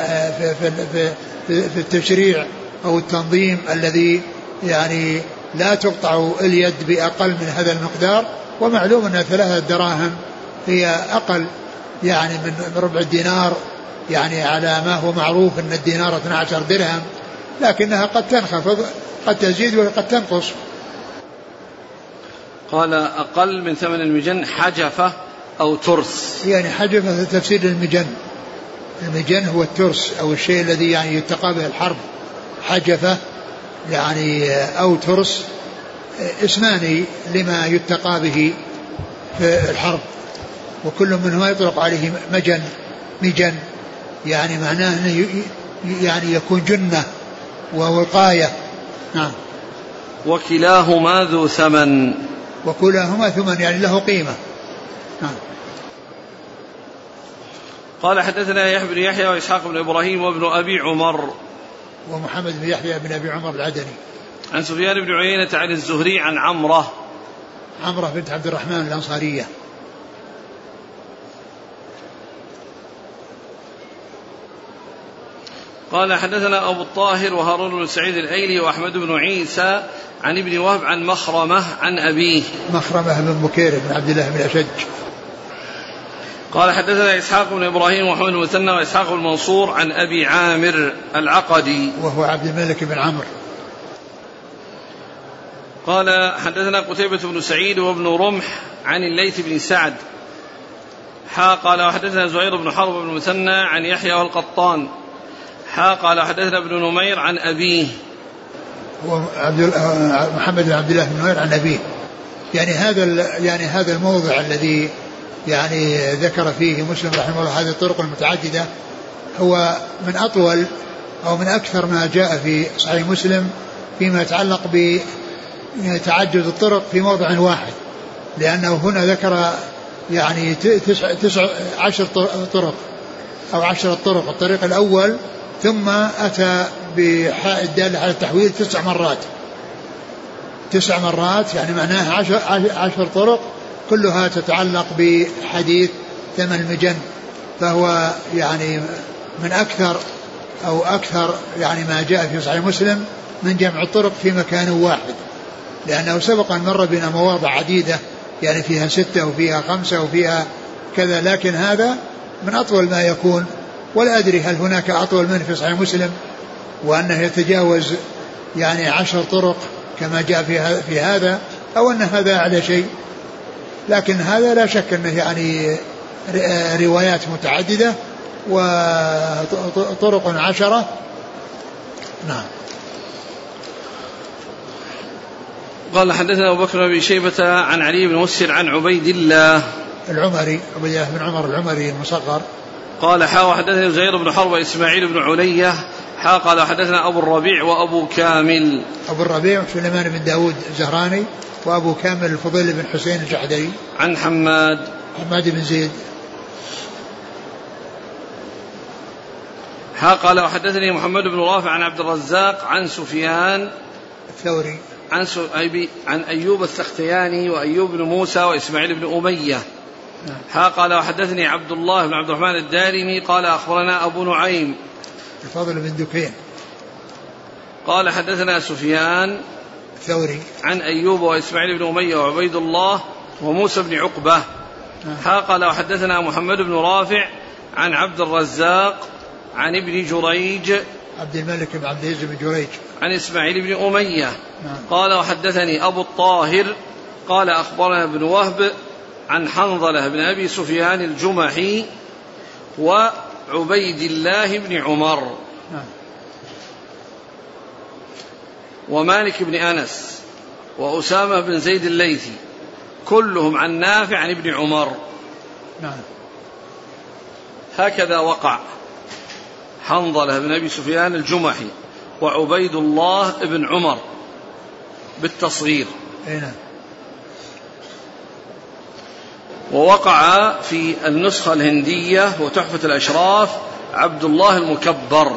Speaker 2: التشريع أو التنظيم الذي يعني لا تقطع اليد بأقل من هذا المقدار. ومعلوم أن 3 دراهم هي أقل يعني من ربع الدينار، يعني على ما هو معروف أن الدينار 12 درهم، لكنها قد تنخفض قد تزيد وقد تنقص.
Speaker 1: قال أقل من ثمن المجن حجفة أو ترس،
Speaker 2: يعني حجفة تفسير المجن. المجن هو الترس أو الشيء الذي يعني يتقى به الحرب. حجفة يعني أو ترس اسمان لما يتقى به في الحرب، وكل منهما يطلق عليه مجن يعني معناه أنه يعني يكون جنة ووقاية. نعم.
Speaker 1: وكلاهما ذو ثمن،
Speaker 2: وكلاهما ثمن يعني له قيمة. نعم.
Speaker 1: قال حدثنا يحيى بن يحيى وإسحاق بن إبراهيم وابن أبي عمر
Speaker 2: ومحمد بن يحيى بن أبي عمر العدني
Speaker 1: عن سفيان بن عيينة عن الزهري عن عمرة
Speaker 2: بنت عبد الرحمن الأنصارية.
Speaker 1: قال حدثنا أبو الطاهر وهارون بن سعيد الأيلي وأحمد بن عيسى عن ابن وهب عن مخرمة عن أبيه
Speaker 2: مخرمة بن بكير بن عبد الله بن أشج.
Speaker 1: قال حدثنا إسحاق بن إبراهيم ومحمد بن مثنى وإسحاق بن منصور عن أبي عامر العقدي
Speaker 2: وهو عبد الملك بن عمرو.
Speaker 1: قال حدثنا قتيبة بن سعيد وابن رمح عن الليث بن سعد قال وحدثنا زهير بن حرب بن مثنى عن يحيى والقطان قال حدثنا ابن نمير عن أبيه
Speaker 2: محمد بن عبد الله بن نمير عن أبيه. يعني هذا الموضع الذي يعني ذكر فيه مسلم رحمه الله هذه الطرق المتعددة هو من أطول أو من أكثر ما جاء في صحيح مسلم فيما يتعلق بتعدد الطرق في موضع واحد، لأنه هنا ذكر يعني 10 طرق أو 10 طرق. الطريق الأول ثم أتى بحاء الدالة على التحويل 9 مرات، 9 مرات يعني معناها 10 طرق كلها تتعلق بحديث ثمن المجن، فهو يعني من أكثر يعني ما جاء في صحيح مسلم من جمع الطرق في مكان واحد، لأنه سبق أن مر بنا مواضع عديدة يعني فيها 6 وفيها 5 وفيها كذا، لكن هذا من أطول ما يكون، ولا أدري هل هناك أطول منه في صحيح مسلم وأنه يتجاوز يعني 10 طرق كما جاء في هذا، أو أن هذا على شيء، لكن هذا لا شك أنه يعني روايات متعددة وطرق 10. نعم.
Speaker 1: قال حدثنا أبو بكر بن شيبة عن علي بن مسهر عن عبيد الله
Speaker 2: العمري، عبيد الله بن عمر العمري المصغر،
Speaker 1: قال حدثنا زهير بن حرب وإسماعيل بن علية قال حدثنا أبو الربيع وأبو كامل.
Speaker 2: أبو الربيع سليمان بن داود الزهراني، وأبو كامل الفضيل بن حسين الجحدري.
Speaker 1: عن حماد
Speaker 2: بن زيد.
Speaker 1: قال وحدثني محمد بن رافع عن عبد الرزاق عن سفيان
Speaker 2: الثوري
Speaker 1: عن أيوب السختياني وأيوب بن موسى وإسماعيل بن أمية. قال وحدثني عبد الله بن عبد الرحمن الدارمي قال أخبرنا أبو نعيم
Speaker 2: الفضل بن دكين
Speaker 1: قال حدثنا سفيان
Speaker 2: الثوري
Speaker 1: عن أيوب وإسماعيل بن أمية وعبيد الله وموسى بن عقبة. قال وحدثنا محمد بن رافع عن عبد الرزاق عن ابن جريج
Speaker 2: عبد الملك بن عبد العزيز بن جريج
Speaker 1: عن إسماعيل بن أمية. قال وحدثني أبو الطاهر قال أخبرنا ابن وهب عن حنظلة بن أبي سفيان الجمحي وعبيد الله بن عمر ومالك بن أنس وأسامة بن زيد الليثي كلهم عن نافع عن ابن عمر. هكذا وقع حنظلة بن أبي سفيان الجمحي وعبيد الله بن عمر بالتصغير. ووقع في النسخة الهندية وتحفة الأشراف عبد الله المكبر.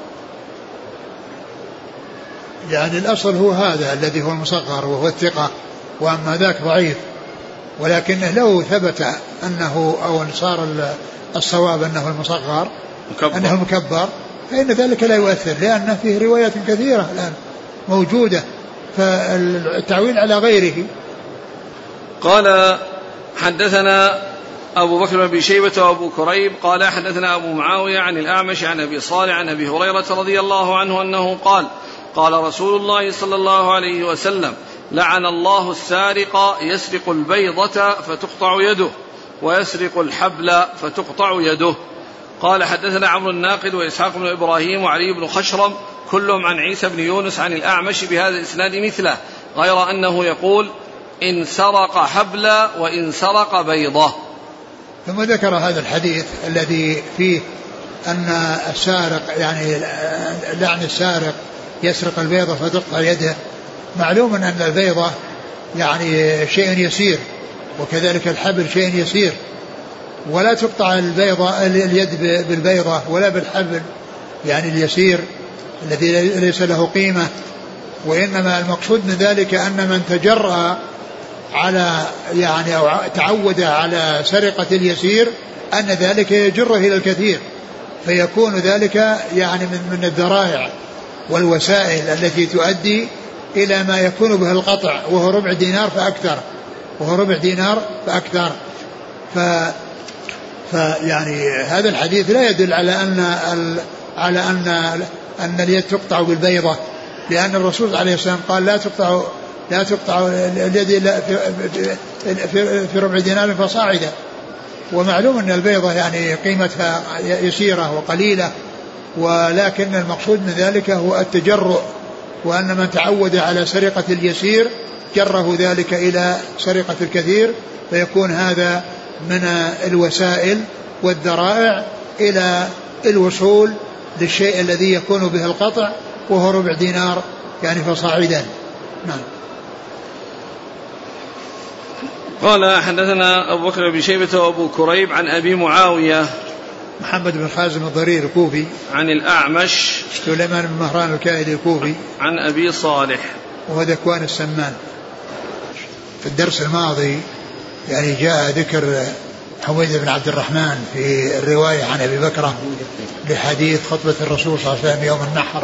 Speaker 2: يعني الأصل هو هذا الذي هو المصغر وهو الثقة، وأما ذاك ضعيف، ولكنه لو ثبت أنه أو صار الصواب أنه المصغر أنه المكبر فإن ذلك لا يؤثر، لأن فيه روايات كثيرة الآن موجودة، فالتعويل على غيره.
Speaker 1: قال حدثنا أبو بكر بن شيبة وأبو كريب قال حدثنا أبو معاوية عن الأعمش عن أبي صالح عن أبي هريرة رضي الله عنه أنه قال قال رسول الله صلى الله عليه وسلم لعن الله السارق يسرق البيضة فتقطع يده ويسرق الحبل فتقطع يده. قال حدثنا عمرو الناقد وإسحاق بن إبراهيم وعلي بن خشرم كلهم عن عيسى بن يونس عن الأعمش بهذا الإسناد مثله، غير أنه يقول إن سرق حبل وإن سرق بيضة.
Speaker 2: ثم ذكر هذا الحديث الذي فيه أن السارق يعني لعن السارق يسرق البيضة فتقطع يده. معلوم أن البيضة يعني شيء يسير، وكذلك الحبل شيء يسير، ولا تقطع البيضة اليد بالبيضة ولا بالحبل يعني اليسير الذي ليس له قيمة، وإنما المقصود من ذلك أن من تجرأ على يعني أو تعود على سرقة اليسير أن ذلك يجره إلى الكثير، فيكون ذلك يعني من الذرائع والوسائل التي تؤدي إلى ما يكون به القطع، وهو ربع دينار فأكثر. فيعني هذا الحديث لا يدل على أن اليد تقطع بالبيضة، لأن الرسول عليه السلام قال لا تقطع اليد إلا في ربع دينار فصاعدا، ومعلوم أن البيضة يعني قيمتها يسيرة وقليلة، ولكن المقصود من ذلك هو التجرؤ، وأن من تعود على سرقة اليسير جره ذلك إلى سرقة الكثير، فيكون هذا من الوسائل والذرائع إلى الوصول للشيء الذي يكون به القطع، وهو ربع دينار يعني فصاعدا. نعم.
Speaker 1: قال حدثنا أبو بكر بن شيبة وأبو كريب عن أبي معاوية
Speaker 2: محمد بن خازم الضرير الكوفي.
Speaker 1: عن الأعمش
Speaker 2: سليمان بن مهران الكائلي الكوفي.
Speaker 1: عن أبي صالح
Speaker 2: وهو ذكوان السمان. في الدرس الماضي يعني جاء ذكر حميد بن عبد الرحمن في الرواية عن أبي بكرة لحديث خطبة الرسول صلى الله عليه وسلم يوم النحر،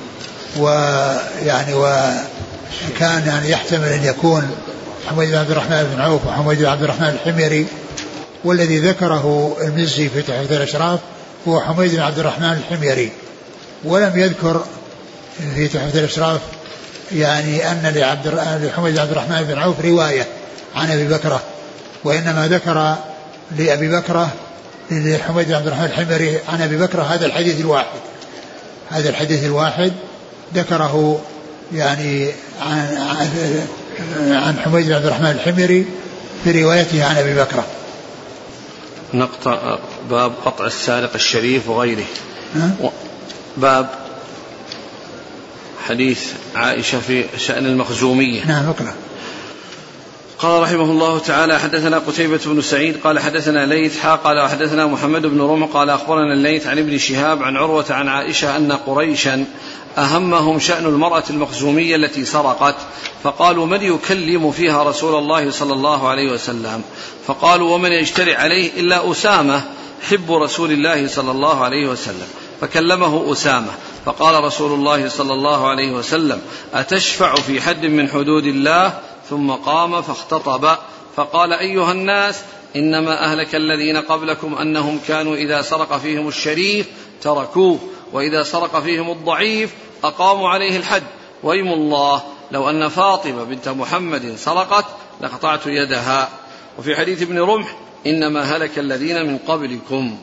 Speaker 2: وكان يعني يحتمل أن يكون حميد بن عبد الرحمن بن عوف وحميد بن عبد الرحمن الحميري، والذي ذكره المزي في تحفة الأشراف هو حميد بن عبد الرحمن الحميري، ولم يذكر في تحفة الأشراف يعني أن لحميد بن عبد الرحمن بن عوف رواية عن أبي بكرة، وإنما ذكر لأبي بكرة لحميد بن عبد الرحمن الحميري عن أبي بكرة هذا الحديث الواحد ذكره يعني عن حميد بن عبد الرحمن الحميري في روايته عن أبي بكرة.
Speaker 1: نقطة باب قطع السارق الشريف وغيره. باب حديث عائشة في شأن المخزومية.
Speaker 2: نعم اقرأ.
Speaker 1: قال رحمه الله تعالى حدثنا قتيبة بن سعيد قال حدثنا ليث قال حدثنا محمد بن رمح قال أخبرنا الليث عن ابن شهاب عن عروة عن عائشة أن قريشا أهمهم شأن المرأة المخزومية التي سرقت، فقالوا من يكلم فيها رسول الله صلى الله عليه وسلم؟ فقالوا ومن يجترئ عليه إلا أسامة حب رسول الله صلى الله عليه وسلم، فكلمه أسامة فقال رسول الله صلى الله عليه وسلم أتشفع في حد من حدود الله؟ ثم قام فاختطب فقال أيها الناس إنما أهلك الذين قبلكم أنهم كانوا إذا سرق فيهم الشريف تركوه وإذا سرق فيهم الضعيف أقاموا عليه الحد، ويم الله لو أن فاطمة بنت محمد سرقت لقطعت يدها. وفي حديث ابن رمح إنما هلك الذين من قبلكم.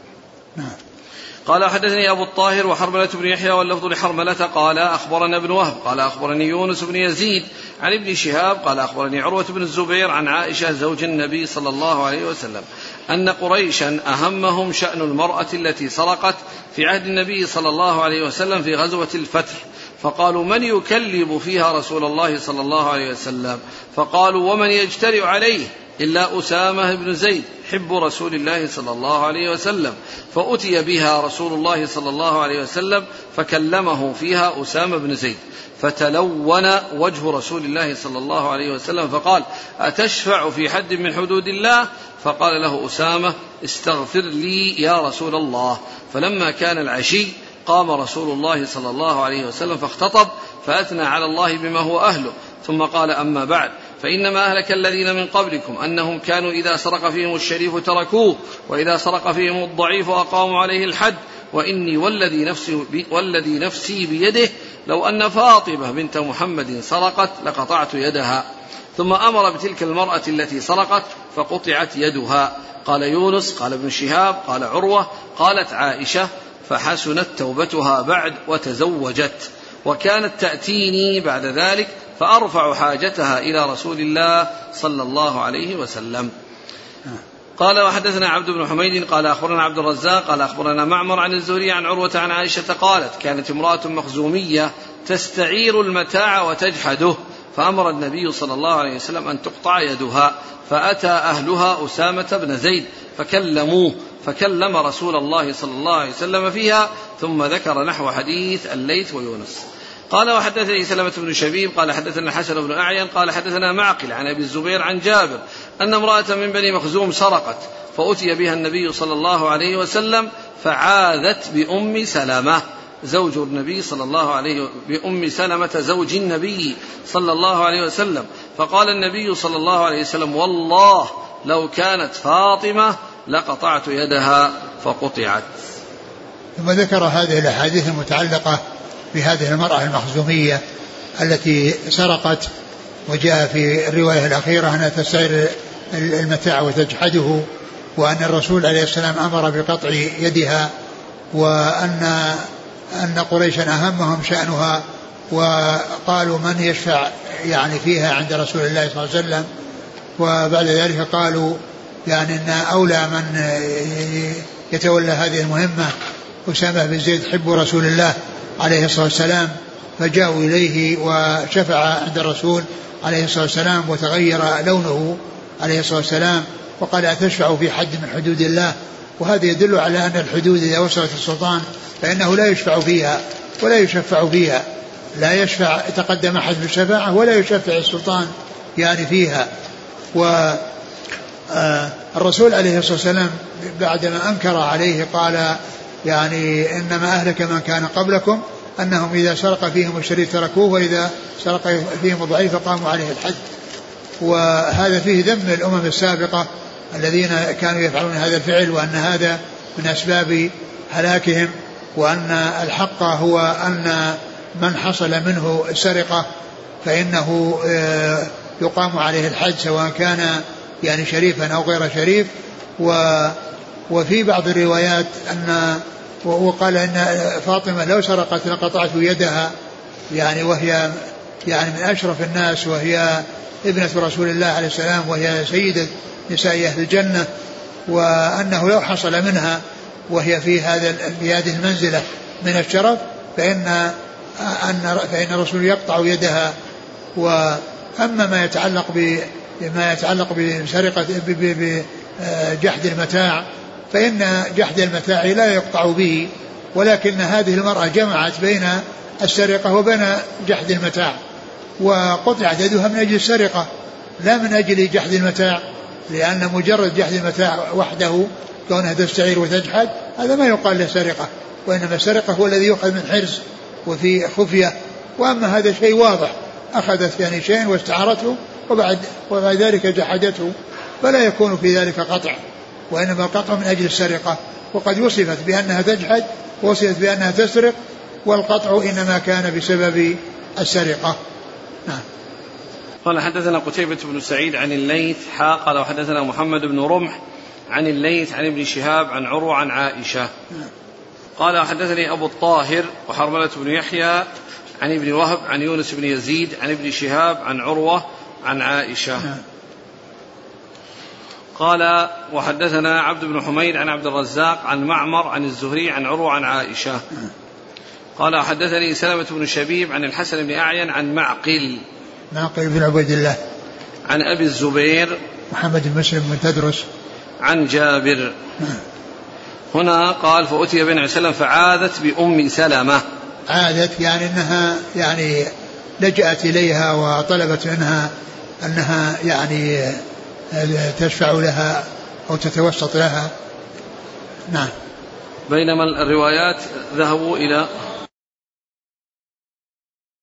Speaker 1: قال حدثني أبو الطاهر وحرملة بن يحيى واللفظ لحرملة قال أخبرنا ابن وهب قال أخبرني يونس بن يزيد عن ابن شهاب قال أخبرني عروة بن الزبير عن عائشة زوج النبي صلى الله عليه وسلم أن قريشا أهمهم شأن المرأة التي سرقت في عهد النبي صلى الله عليه وسلم في غزوة الفتح، فقالوا من يكلم فيها رسول الله صلى الله عليه وسلم؟ فقالوا ومن يجترئ عليه إلا أسامة بن زيد حب رسول الله صلى الله عليه وسلم، فأتي بها رسول الله صلى الله عليه وسلم فكلمه فيها أسامة بن زيد، فتلون وجه رسول الله صلى الله عليه وسلم فقال أتشفع في حد من حدود الله؟ فقال له أسامة استغفر لي يا رسول الله. فلما كان العشي قام رسول الله صلى الله عليه وسلم فاختطب فأثنى على الله بما هو أهله، ثم قال أما بعد فإنما أهلك الذين من قبلكم أنهم كانوا إذا سرق فيهم الشريف تركوه وإذا سرق فيهم الضعيف أقاموا عليه الحد، وإني والذي نفسي بيده لو أن فاطمة بنت محمد سرقت لقطعت يدها. ثم أمر بتلك المرأة التي سرقت فقطعت يدها. قال يونس قال ابن شهاب قال عروة قالت عائشة فحسنت توبتها بعد وتزوجت، وكانت تأتيني بعد ذلك فأرفع حاجتها إلى رسول الله صلى الله عليه وسلم. قال وحدثنا عبد بن حميد قال أخبرنا عبد الرزاق قال أخبرنا معمر عن الزهري عن عروة عن عائشة قالت كانت امرأة مخزومية تستعير المتاع وتجحده، فأمر النبي صلى الله عليه وسلم أن تقطع يدها، فأتى أهلها أسامة بن زيد فكلموه فكلم رسول الله صلى الله عليه وسلم فيها، ثم ذكر نحو حديث الليث ويونس. قال وحدثني سلمة بن شبيب قال حدثنا حسن بن أعين قال حدثنا معقل عن أبي الزبير عن جابر أن امرأة من بني مخزوم سرقت فأتي بها النبي صلى الله عليه وسلم فعاذت بأم سلمة زوج النبي صلى الله عليه بأم سلمة زوج النبي صلى الله عليه وسلم، فقال النبي صلى الله عليه وسلم والله لو كانت فاطمة لقطعت يدها فقطعت.
Speaker 2: ثم ذكر هذه الأحاديث المتعلقة بهذه المرأة المخزومية التي سرقت، وجاء في الرواية الأخيرة أنها تستعير المتاع وتجحده، وأن الرسول عليه السلام أمر بقطع يدها، وأن قريشا أهمهم شأنها، وقالوا من يشفع يعني فيها عند رسول الله صلى الله عليه وسلم، وبعد ذلك قالوا يعني أن أولى من يتولى هذه المهمة أسامة بن زيد حب رسول الله عليه الصلاة والسلام، فجاءوا إليه وشفع عند الرسول عليه الصلاة والسلام وتغير لونه عليه الصلاة والسلام، وقال أتشفع في حد من حدود الله؟ وهذا يدل على أن الحدود إذا وصلت السلطان فإنه لا يشفع فيها ولا يشفع فيها، لا يشفع يتقدم أحد بالشفاعة ولا يشفع السلطان يعني فيها. والرسول عليه الصلاة والسلام بعدما أنكر عليه قال يعني إنما أهلك من كان قبلكم أنهم إذا سرق فيهم الشريف تركوه وإذا سرق فيهم الضعيف قاموا عليه الحد. وهذا فيه ذم الأمم السابقة الذين كانوا يفعلون هذا الفعل، وأن هذا من أسباب هلاكهم، وأن الحق هو أن من حصل منه السرقة فإنه يقام عليه الحد سواء كان يعني شريفا أو غير شريف. وفي بعض الروايات أن وقال إن فاطمة لو سرقت لقطعت يدها، يعني وهي يعني من أشرف الناس، وهي ابنة رسول الله عليه السلام، وهي سيدة نساء أهل الجنة، وأنه لو حصل منها وهي في هذه المنزلة من الشرف فإن الرسول يقطع يدها. وأما ما يتعلق بسرقة بجحد المتاع فإن جحد المتاع لا يقطع به، ولكن هذه المرأة جمعت بين السرقة وبين جحد المتاع، وقطع يدها من أجل السرقة لا من أجل جحد المتاع، لأن مجرد جحد المتاع وحده كونها تستعير وتجحد هذا ما يقال له سرقة، وإنما السرقة هو الذي يؤخذ من حرز وفي خفية. وأما هذا شيء واضح، أخذت يعني شيء واستعارته وبعد ذلك جحدته، فلا يكون في ذلك قطع، وإنما القطع من أجل السرقة، وقد وصفت بأنها تجحد ووصفت بأنها تسرق، والقطع إنما كان بسبب السرقة. نعم.
Speaker 1: قال حدثنا قتيبة بن سعيد عن الليث قال وحدثنا محمد بن رمح عن الليث عن ابن شهاب عن عروة عن عائشة. قال حدثني أبو الطاهر وحرملة بن يحيى عن ابن وهب عن يونس بن يزيد عن ابن شهاب عن عروة عن عائشة. قال وحدثنا عبد بن حميد عن عبد الرزاق عن معمر عن الزهري عن عروة عن عائشة. قال حدثني سلمة بن شبيب عن الحسن بن أعين عن معقل
Speaker 2: بن عبيد الله
Speaker 1: عن أبي الزبير
Speaker 2: محمد بن مسلم بن تدرس
Speaker 1: عن جابر. هنا قال فأتي بن عليه وسلم فعادت بأم سلمة.
Speaker 2: عادت يعني أنها يعني لجأت إليها وطلبت منها أنها يعني تشفع لها أو تتوسط لها. نعم.
Speaker 1: بينما الروايات ذهبوا إلى